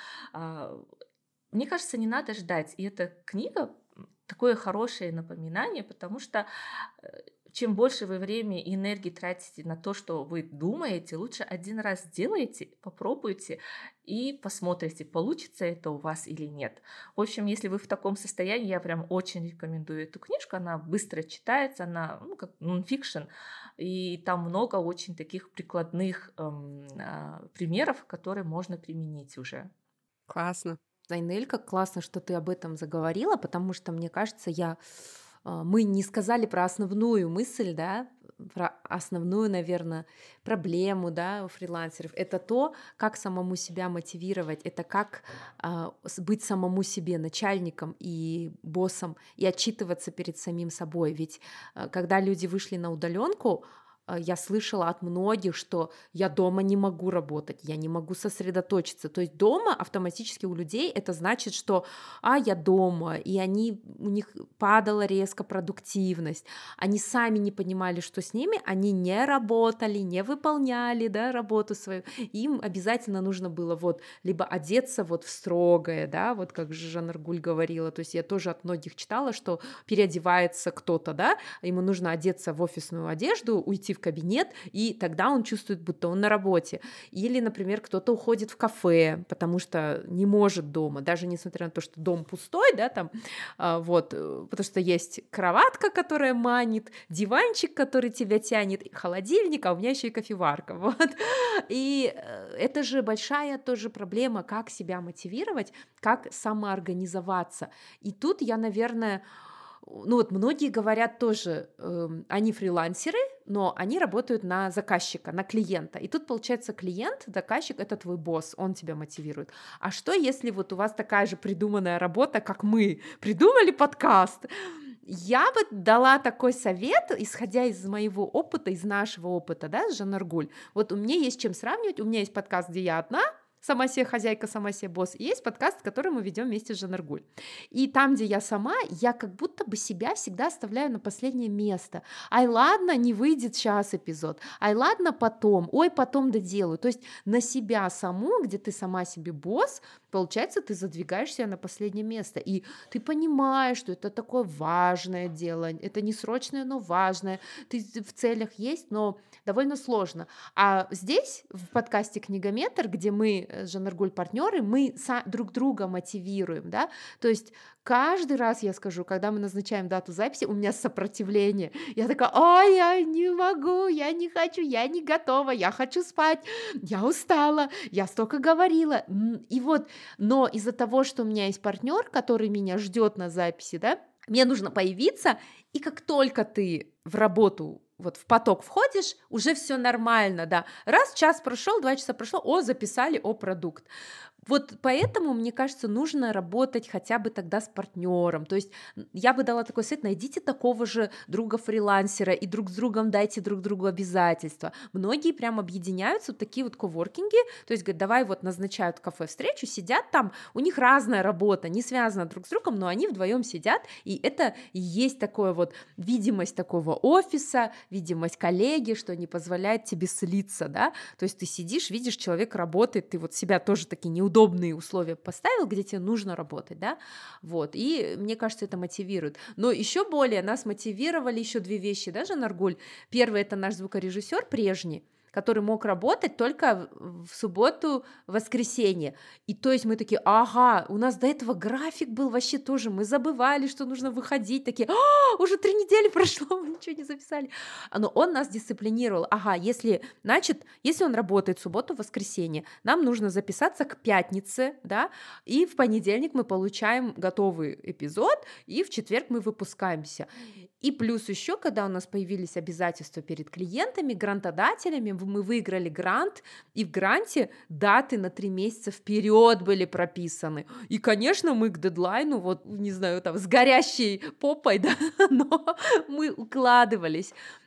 Мне кажется, не надо ждать. И эта книга такое хорошее напоминание, потому что чем больше вы времени и энергии тратите на то, что вы думаете, лучше один раз сделайте, попробуйте и посмотрите, получится это у вас или нет. В общем, если вы в таком состоянии, я прям очень рекомендую эту книжку. Она быстро читается, она, ну, как нон-фикшн, и там много очень таких прикладных эм, э, примеров, которые можно применить уже. Классно. Зайнель, как классно, что ты об этом заговорила, потому что, мне кажется, я... мы не сказали про основную мысль, да, про основную, наверное, проблему, да, у фрилансеров. Это то, как самому себя мотивировать, это как а, быть самому себе начальником и боссом и отчитываться перед самим собой. Ведь а, когда люди вышли на удаленку, я слышала от многих, что я дома не могу работать, я не могу сосредоточиться. То есть дома автоматически у людей это значит, что а я дома, и они, у них падала резко продуктивность, они сами не понимали, что с ними, они не работали, не выполняли, да, работу свою, им обязательно нужно было вот либо одеться вот в строгое, да, вот как же Жанна Аргуль говорила, то есть я тоже от многих читала, что переодевается кто-то, да, ему нужно одеться в офисную одежду, уйти в кабинет, и тогда он чувствует, будто он на работе. Или, например, кто-то уходит в кафе, потому что не может дома, даже несмотря на то, что дом пустой, да, там, вот, потому что есть кроватка, которая манит, диванчик, который тебя тянет, и холодильник, а у меня еще и кофеварка, вот. И это же большая тоже проблема, как себя мотивировать, как самоорганизоваться. И тут я, наверное, ну вот многие говорят тоже, э, они фрилансеры, но они работают на заказчика, на клиента. И тут получается клиент, заказчик — это твой босс, он тебя мотивирует. А что, если вот у вас такая же придуманная работа, как мы, придумали подкаст? Я бы дала такой совет, исходя из моего опыта, из нашего опыта, да, с Жанной Аргуль. Вот у меня есть чем сравнивать, у меня есть подкаст, где я одна, сама себе хозяйка, сама себе босс. И есть подкаст, который мы ведем вместе с Жанной Аргуль. И там, где я сама, я как будто бы себя всегда оставляю на последнее место. Ай, ладно, не выйдет сейчас эпизод. Ай, ладно, потом. Ой, потом доделаю. То есть на себя саму, где ты сама себе босс, получается, ты задвигаешь себя на последнее место. И ты понимаешь, что это такое важное дело. Это не срочное, но важное. Ты в целях есть, но довольно сложно. А здесь, в подкасте «Книгометр», где мы с Жанной Аргуль партнеры, мы друг друга мотивируем, да, то есть каждый раз я скажу, когда мы назначаем дату записи, у меня сопротивление, я такая, ой, я не могу, я не хочу, я не готова, я хочу спать, я устала, я столько говорила, и вот, но из-за того, что у меня есть партнер, который меня ждет на записи, да, мне нужно появиться, и как только ты в работу вот в поток входишь, уже все нормально, да. Раз час прошел, два часа прошло, о, записали, о, продукт. Вот поэтому, мне кажется, нужно работать хотя бы тогда с партнером. То есть я бы дала такой совет: найдите такого же друга-фрилансера и друг с другом дайте друг другу обязательства. Многие прям объединяются, вот такие вот коворкинги, то есть говорят, давай вот назначают кафе встречу, сидят там, у них разная работа, не связана друг с другом, но они вдвоем сидят, и это и есть такое вот видимость такого офиса, видимость коллеги, что не позволяет тебе слиться, да, то есть ты сидишь, видишь, человек работает, ты вот себя тоже такие неудобные удобные условия поставил, где тебе нужно работать, да, вот, и мне кажется, это мотивирует. Но еще более нас мотивировали еще две вещи, да, Жанна Аргуль. Первый — это наш звукорежиссер прежний, который мог работать только в субботу, воскресенье. И то есть мы такие, ага, у нас до этого график был вообще тоже, мы забывали, что нужно выходить, такие, а, уже три недели прошло, мы ничего не записали. Но он нас дисциплинировал, ага, если, значит, если он работает в субботу, воскресенье, нам нужно записаться к пятнице, да, и в понедельник мы получаем готовый эпизод, и в четверг мы выпускаемся. И плюс еще, когда у нас появились обязательства перед клиентами, грантодателями, мы выиграли грант, и в гранте даты на три месяца вперед были прописаны. И, конечно, мы к дедлайну, вот, не знаю, там, с горящей попой, да, но мы укладывались.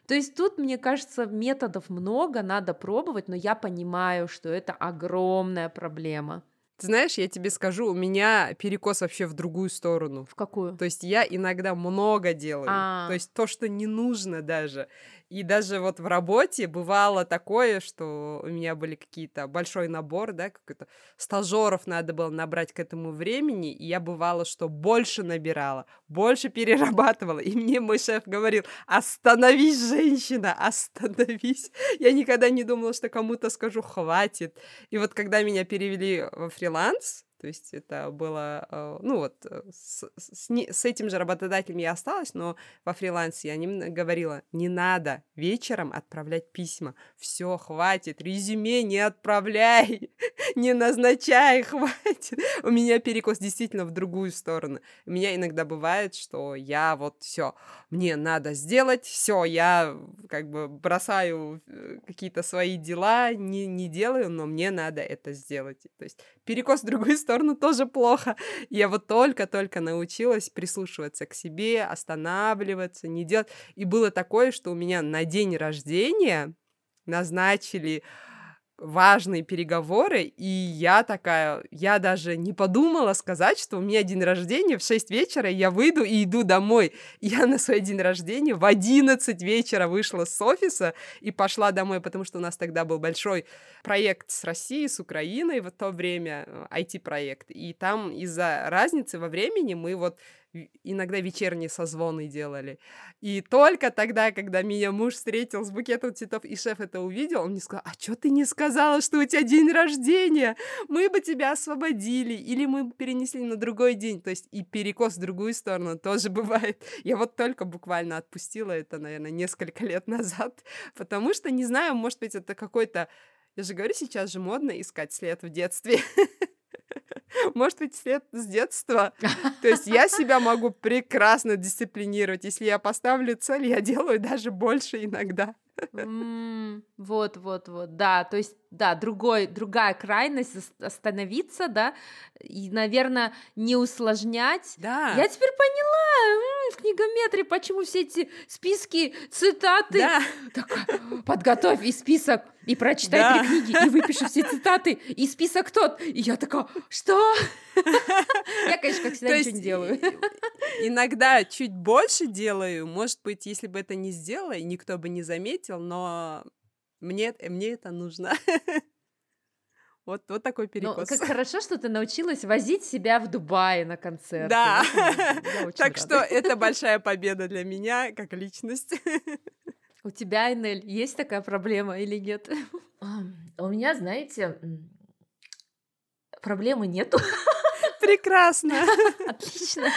То есть тут, мне кажется, методов много, надо пробовать, но я понимаю, что это огромная проблема. Ты знаешь, я тебе скажу, у меня перекос вообще в другую сторону. В какую? То есть я иногда много делаю. А. То есть то, что не нужно даже. И даже вот в работе бывало такое, что у меня были какие-то большой набор, да, какой-то стажеров надо было набрать к этому времени, и я бывало, что больше набирала, больше перерабатывала. И мне мой шеф говорил: остановись, женщина, остановись. Я никогда не думала, что кому-то скажу: хватит. И вот когда меня перевели во фриланс, то есть это было, э, ну вот, э, с, с не- с этим же работодателем я осталась, но во фрилансе я им говорила: не надо вечером отправлять письма, все, хватит, резюме не отправляй, не назначай, хватит. У меня перекос действительно в другую сторону. У меня иногда бывает, что я вот все, мне надо сделать, все, я как бы бросаю э, какие-то свои дела, не, не делаю, но мне надо это сделать. То есть перекос в другую сторону тоже плохо. Я вот только-только научилась прислушиваться к себе, останавливаться, не делать. И было такое, что у меня на день рождения назначили важные переговоры, и я такая, я даже не подумала сказать, что у меня день рождения в шесть вечера, я выйду и иду домой. И я на свой день рождения в одиннадцать вечера вышла с офиса и пошла домой, потому что у нас тогда был большой проект с Россией, с Украиной в то время, ай ти-проект, и там из-за разницы во времени мы вот иногда вечерние созвоны делали. И только тогда, когда меня муж встретил с букетом цветов, и шеф это увидел, он мне сказал: а что ты не сказала, что у тебя день рождения? Мы бы тебя освободили, или мы бы перенесли на другой день. То есть и перекос в другую сторону тоже бывает. Я вот только буквально отпустила это, наверное, несколько лет назад, потому что, не знаю, может быть, это какой-то... Я же говорю, сейчас же модно искать след в детстве. Может быть, след с детства. То есть я себя могу прекрасно дисциплинировать. Если я поставлю цель, я делаю даже больше иногда. М, Вот, вот, вот, да, то есть, да, другой, другая крайность ос- остановиться, да, и, наверное, не усложнять. Да, Я теперь поняла, м, в книгометре, почему все эти списки, цитаты. да, Так, подготовь и список, и прочитай да. три книги, и выпиши все цитаты, и список тот. И я такая, что? Я, конечно, как То всегда, ничего есть не делаю. и- иногда чуть больше делаю. Может быть, если бы это не сделала, и никто бы не заметил, но мне, э, мне это нужно. Вот, вот такой Ну, перекос. как хорошо, что ты научилась возить себя в Дубае на концерты. Да, Этому я очень так что рада. это большая победа для меня как личность. У тебя, Энель, есть такая проблема или нет? Ам, У меня, знаете, м, проблемы нету. Прекрасно. Отлично.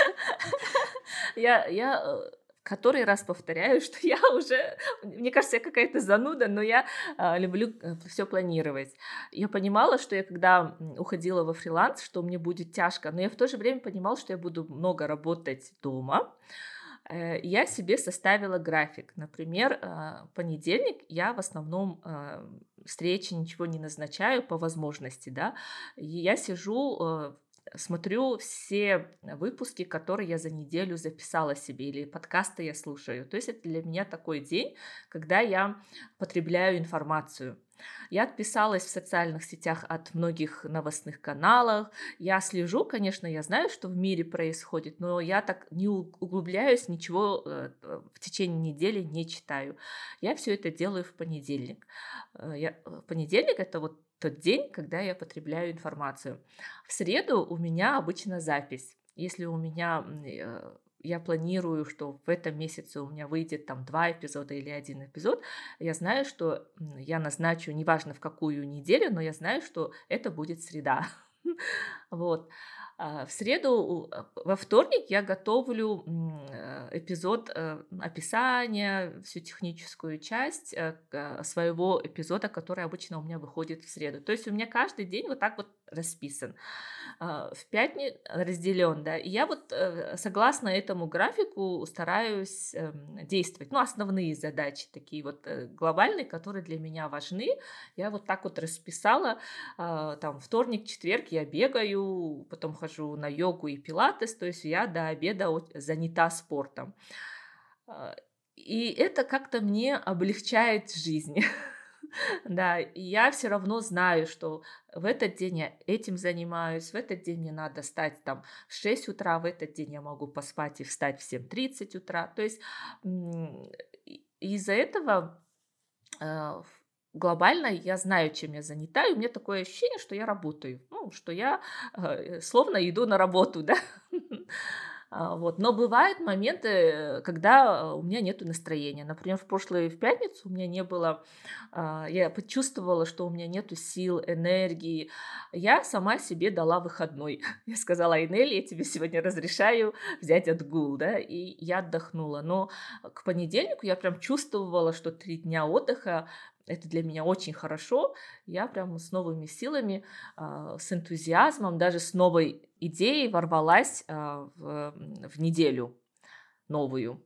Я, я э, который раз повторяю, что я уже, мне кажется, я какая-то зануда, но я а, люблю все планировать. Я понимала, что я когда м, уходила во фриланс, что мне будет тяжко, но я в то же время понимала, что я буду много работать дома. Э, Я себе составила график. Например, а, понедельник я в основном а, встречи ничего не назначаю по возможности, да. И я сижу, э, смотрю все выпуски, которые я за неделю записала себе, или подкасты я слушаю. То есть это для меня такой день, когда я потребляю информацию. Я отписалась в социальных сетях от многих новостных каналов. Я слежу, конечно, я знаю, что в мире происходит, но я так не у- углубляюсь, ничего э, э, в течение недели не читаю. Я все это делаю в понедельник. Э, я- э, Понедельник это вот тот день, когда я потребляю информацию. В среду у меня обычно запись. Если у меня м, э, я планирую, что в этом месяце у меня выйдет там два эпизода или один эпизод, я знаю, что м, я назначу, неважно в какую неделю, но я знаю, что это будет среда. Вот. А В среду, у- а, во вторник я готовлю м, э, эпизод э, описания, всю техническую часть э, к- своего эпизода, который обычно у меня выходит в среду. То есть у меня каждый день вот так вот расписан. А, В пятницу разделен, да. И я вот э, согласно этому графику стараюсь эм, действовать. Ну, основные задачи такие вот э, глобальные, которые для меня важны. Я вот так вот расписала. А, Там вторник, четверг я бегаю, потом хожу на йогу и пилатес. То есть я до обеда о- занята спортом. А, И это как-то мне облегчает жизнь. Да, и я все равно знаю, что в этот день я этим занимаюсь, в этот день мне надо встать там в шесть утра, в этот день я могу поспать и встать в семь тридцать утра. То есть м, и- из-за этого э, глобально я знаю, чем я занята, и у меня такое ощущение, что я работаю, ну, что я э, словно иду на работу, да. А, Вот. Но бывают моменты, э, когда э, у меня нет настроения. Например, в прошлую в пятницу у меня не было, а, я почувствовала, что у меня нету сил, энергии. Я сама себе дала выходной. Я сказала: Айнель, я тебе сегодня разрешаю взять отгул, да, и я отдохнула. Но к понедельнику я прям чувствовала, что три дня отдыха это для меня очень хорошо. Я прям с новыми силами, а, с энтузиазмом, даже с новой идеей ворвалась а, в, в неделю новую.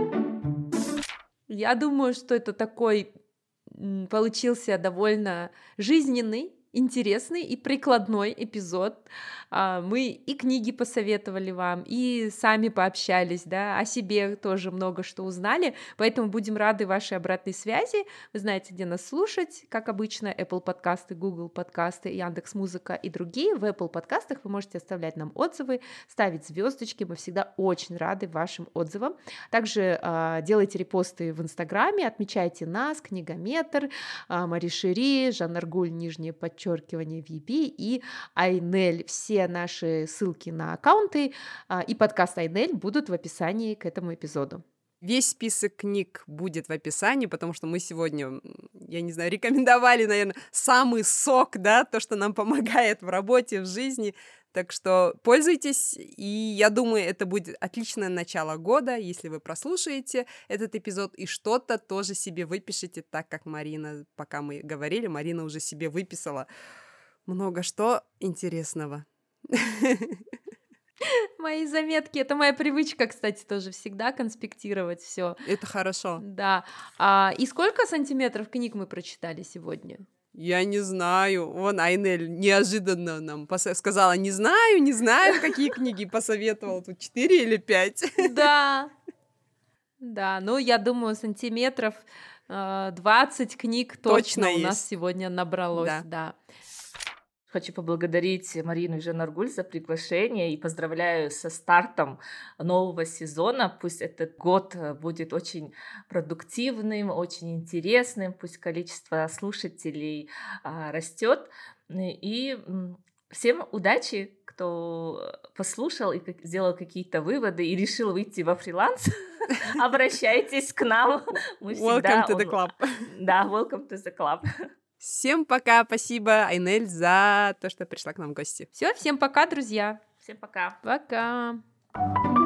Я думаю, что это такой м, получился довольно жизненный, интересный и прикладной эпизод. А, Мы и книги посоветовали вам, и сами пообщались, да, о себе тоже много что узнали, поэтому будем рады вашей обратной связи. Вы знаете, где нас слушать, как обычно, Apple подкасты, Google подкасты, Яндекс.Музыка и другие. В Apple подкастах вы можете оставлять нам отзывы, ставить звездочки, мы всегда очень рады вашим отзывам. Также а, делайте репосты в Инстаграме, отмечайте нас, Книгометр, а, Мари Шери, Жанна Аргуль, нижнее подчеркивание, ви би и Айнель. Все наши ссылки на аккаунты а, и подкаст Айнель будут в описании к этому эпизоду. Весь список книг будет в описании, потому что мы сегодня, м, я не знаю, рекомендовали, наверное, самый сок, да, то, что нам помогает в работе, в жизни. Так что пользуйтесь, и я думаю, это будет отличное начало года, если вы прослушаете этот эпизод и что-то тоже себе выпишите, так как Марина, пока мы говорили, Марина уже себе выписала много что интересного. Мои заметки, это моя привычка, кстати, тоже всегда конспектировать все. Это хорошо. Да. А, и сколько сантиметров книг мы прочитали сегодня? Я не знаю. Вон Айнель неожиданно нам пос- сказала, не знаю, не знаю, какие книги посоветовала. Тут четыре или пять. Да. Да, ну я думаю, сантиметров э, двадцать книг точно, Точно у нас есть. сегодня набралось, Да. да. Хочу поблагодарить Марину и Жанну Аргуль за приглашение и поздравляю со стартом нового сезона. Пусть этот год э, будет очень продуктивным, очень интересным, пусть количество слушателей а, растет. И м, всем удачи, кто послушал и как- сделал какие-то выводы и решил выйти во фриланс. Обращайтесь к нам. Мы Welcome всегда to the он- club. Да, welcome to the club. Всем пока, спасибо, Айнель, за то, что пришла к нам в гости. Все, всем пока, друзья. Всем пока. Пока.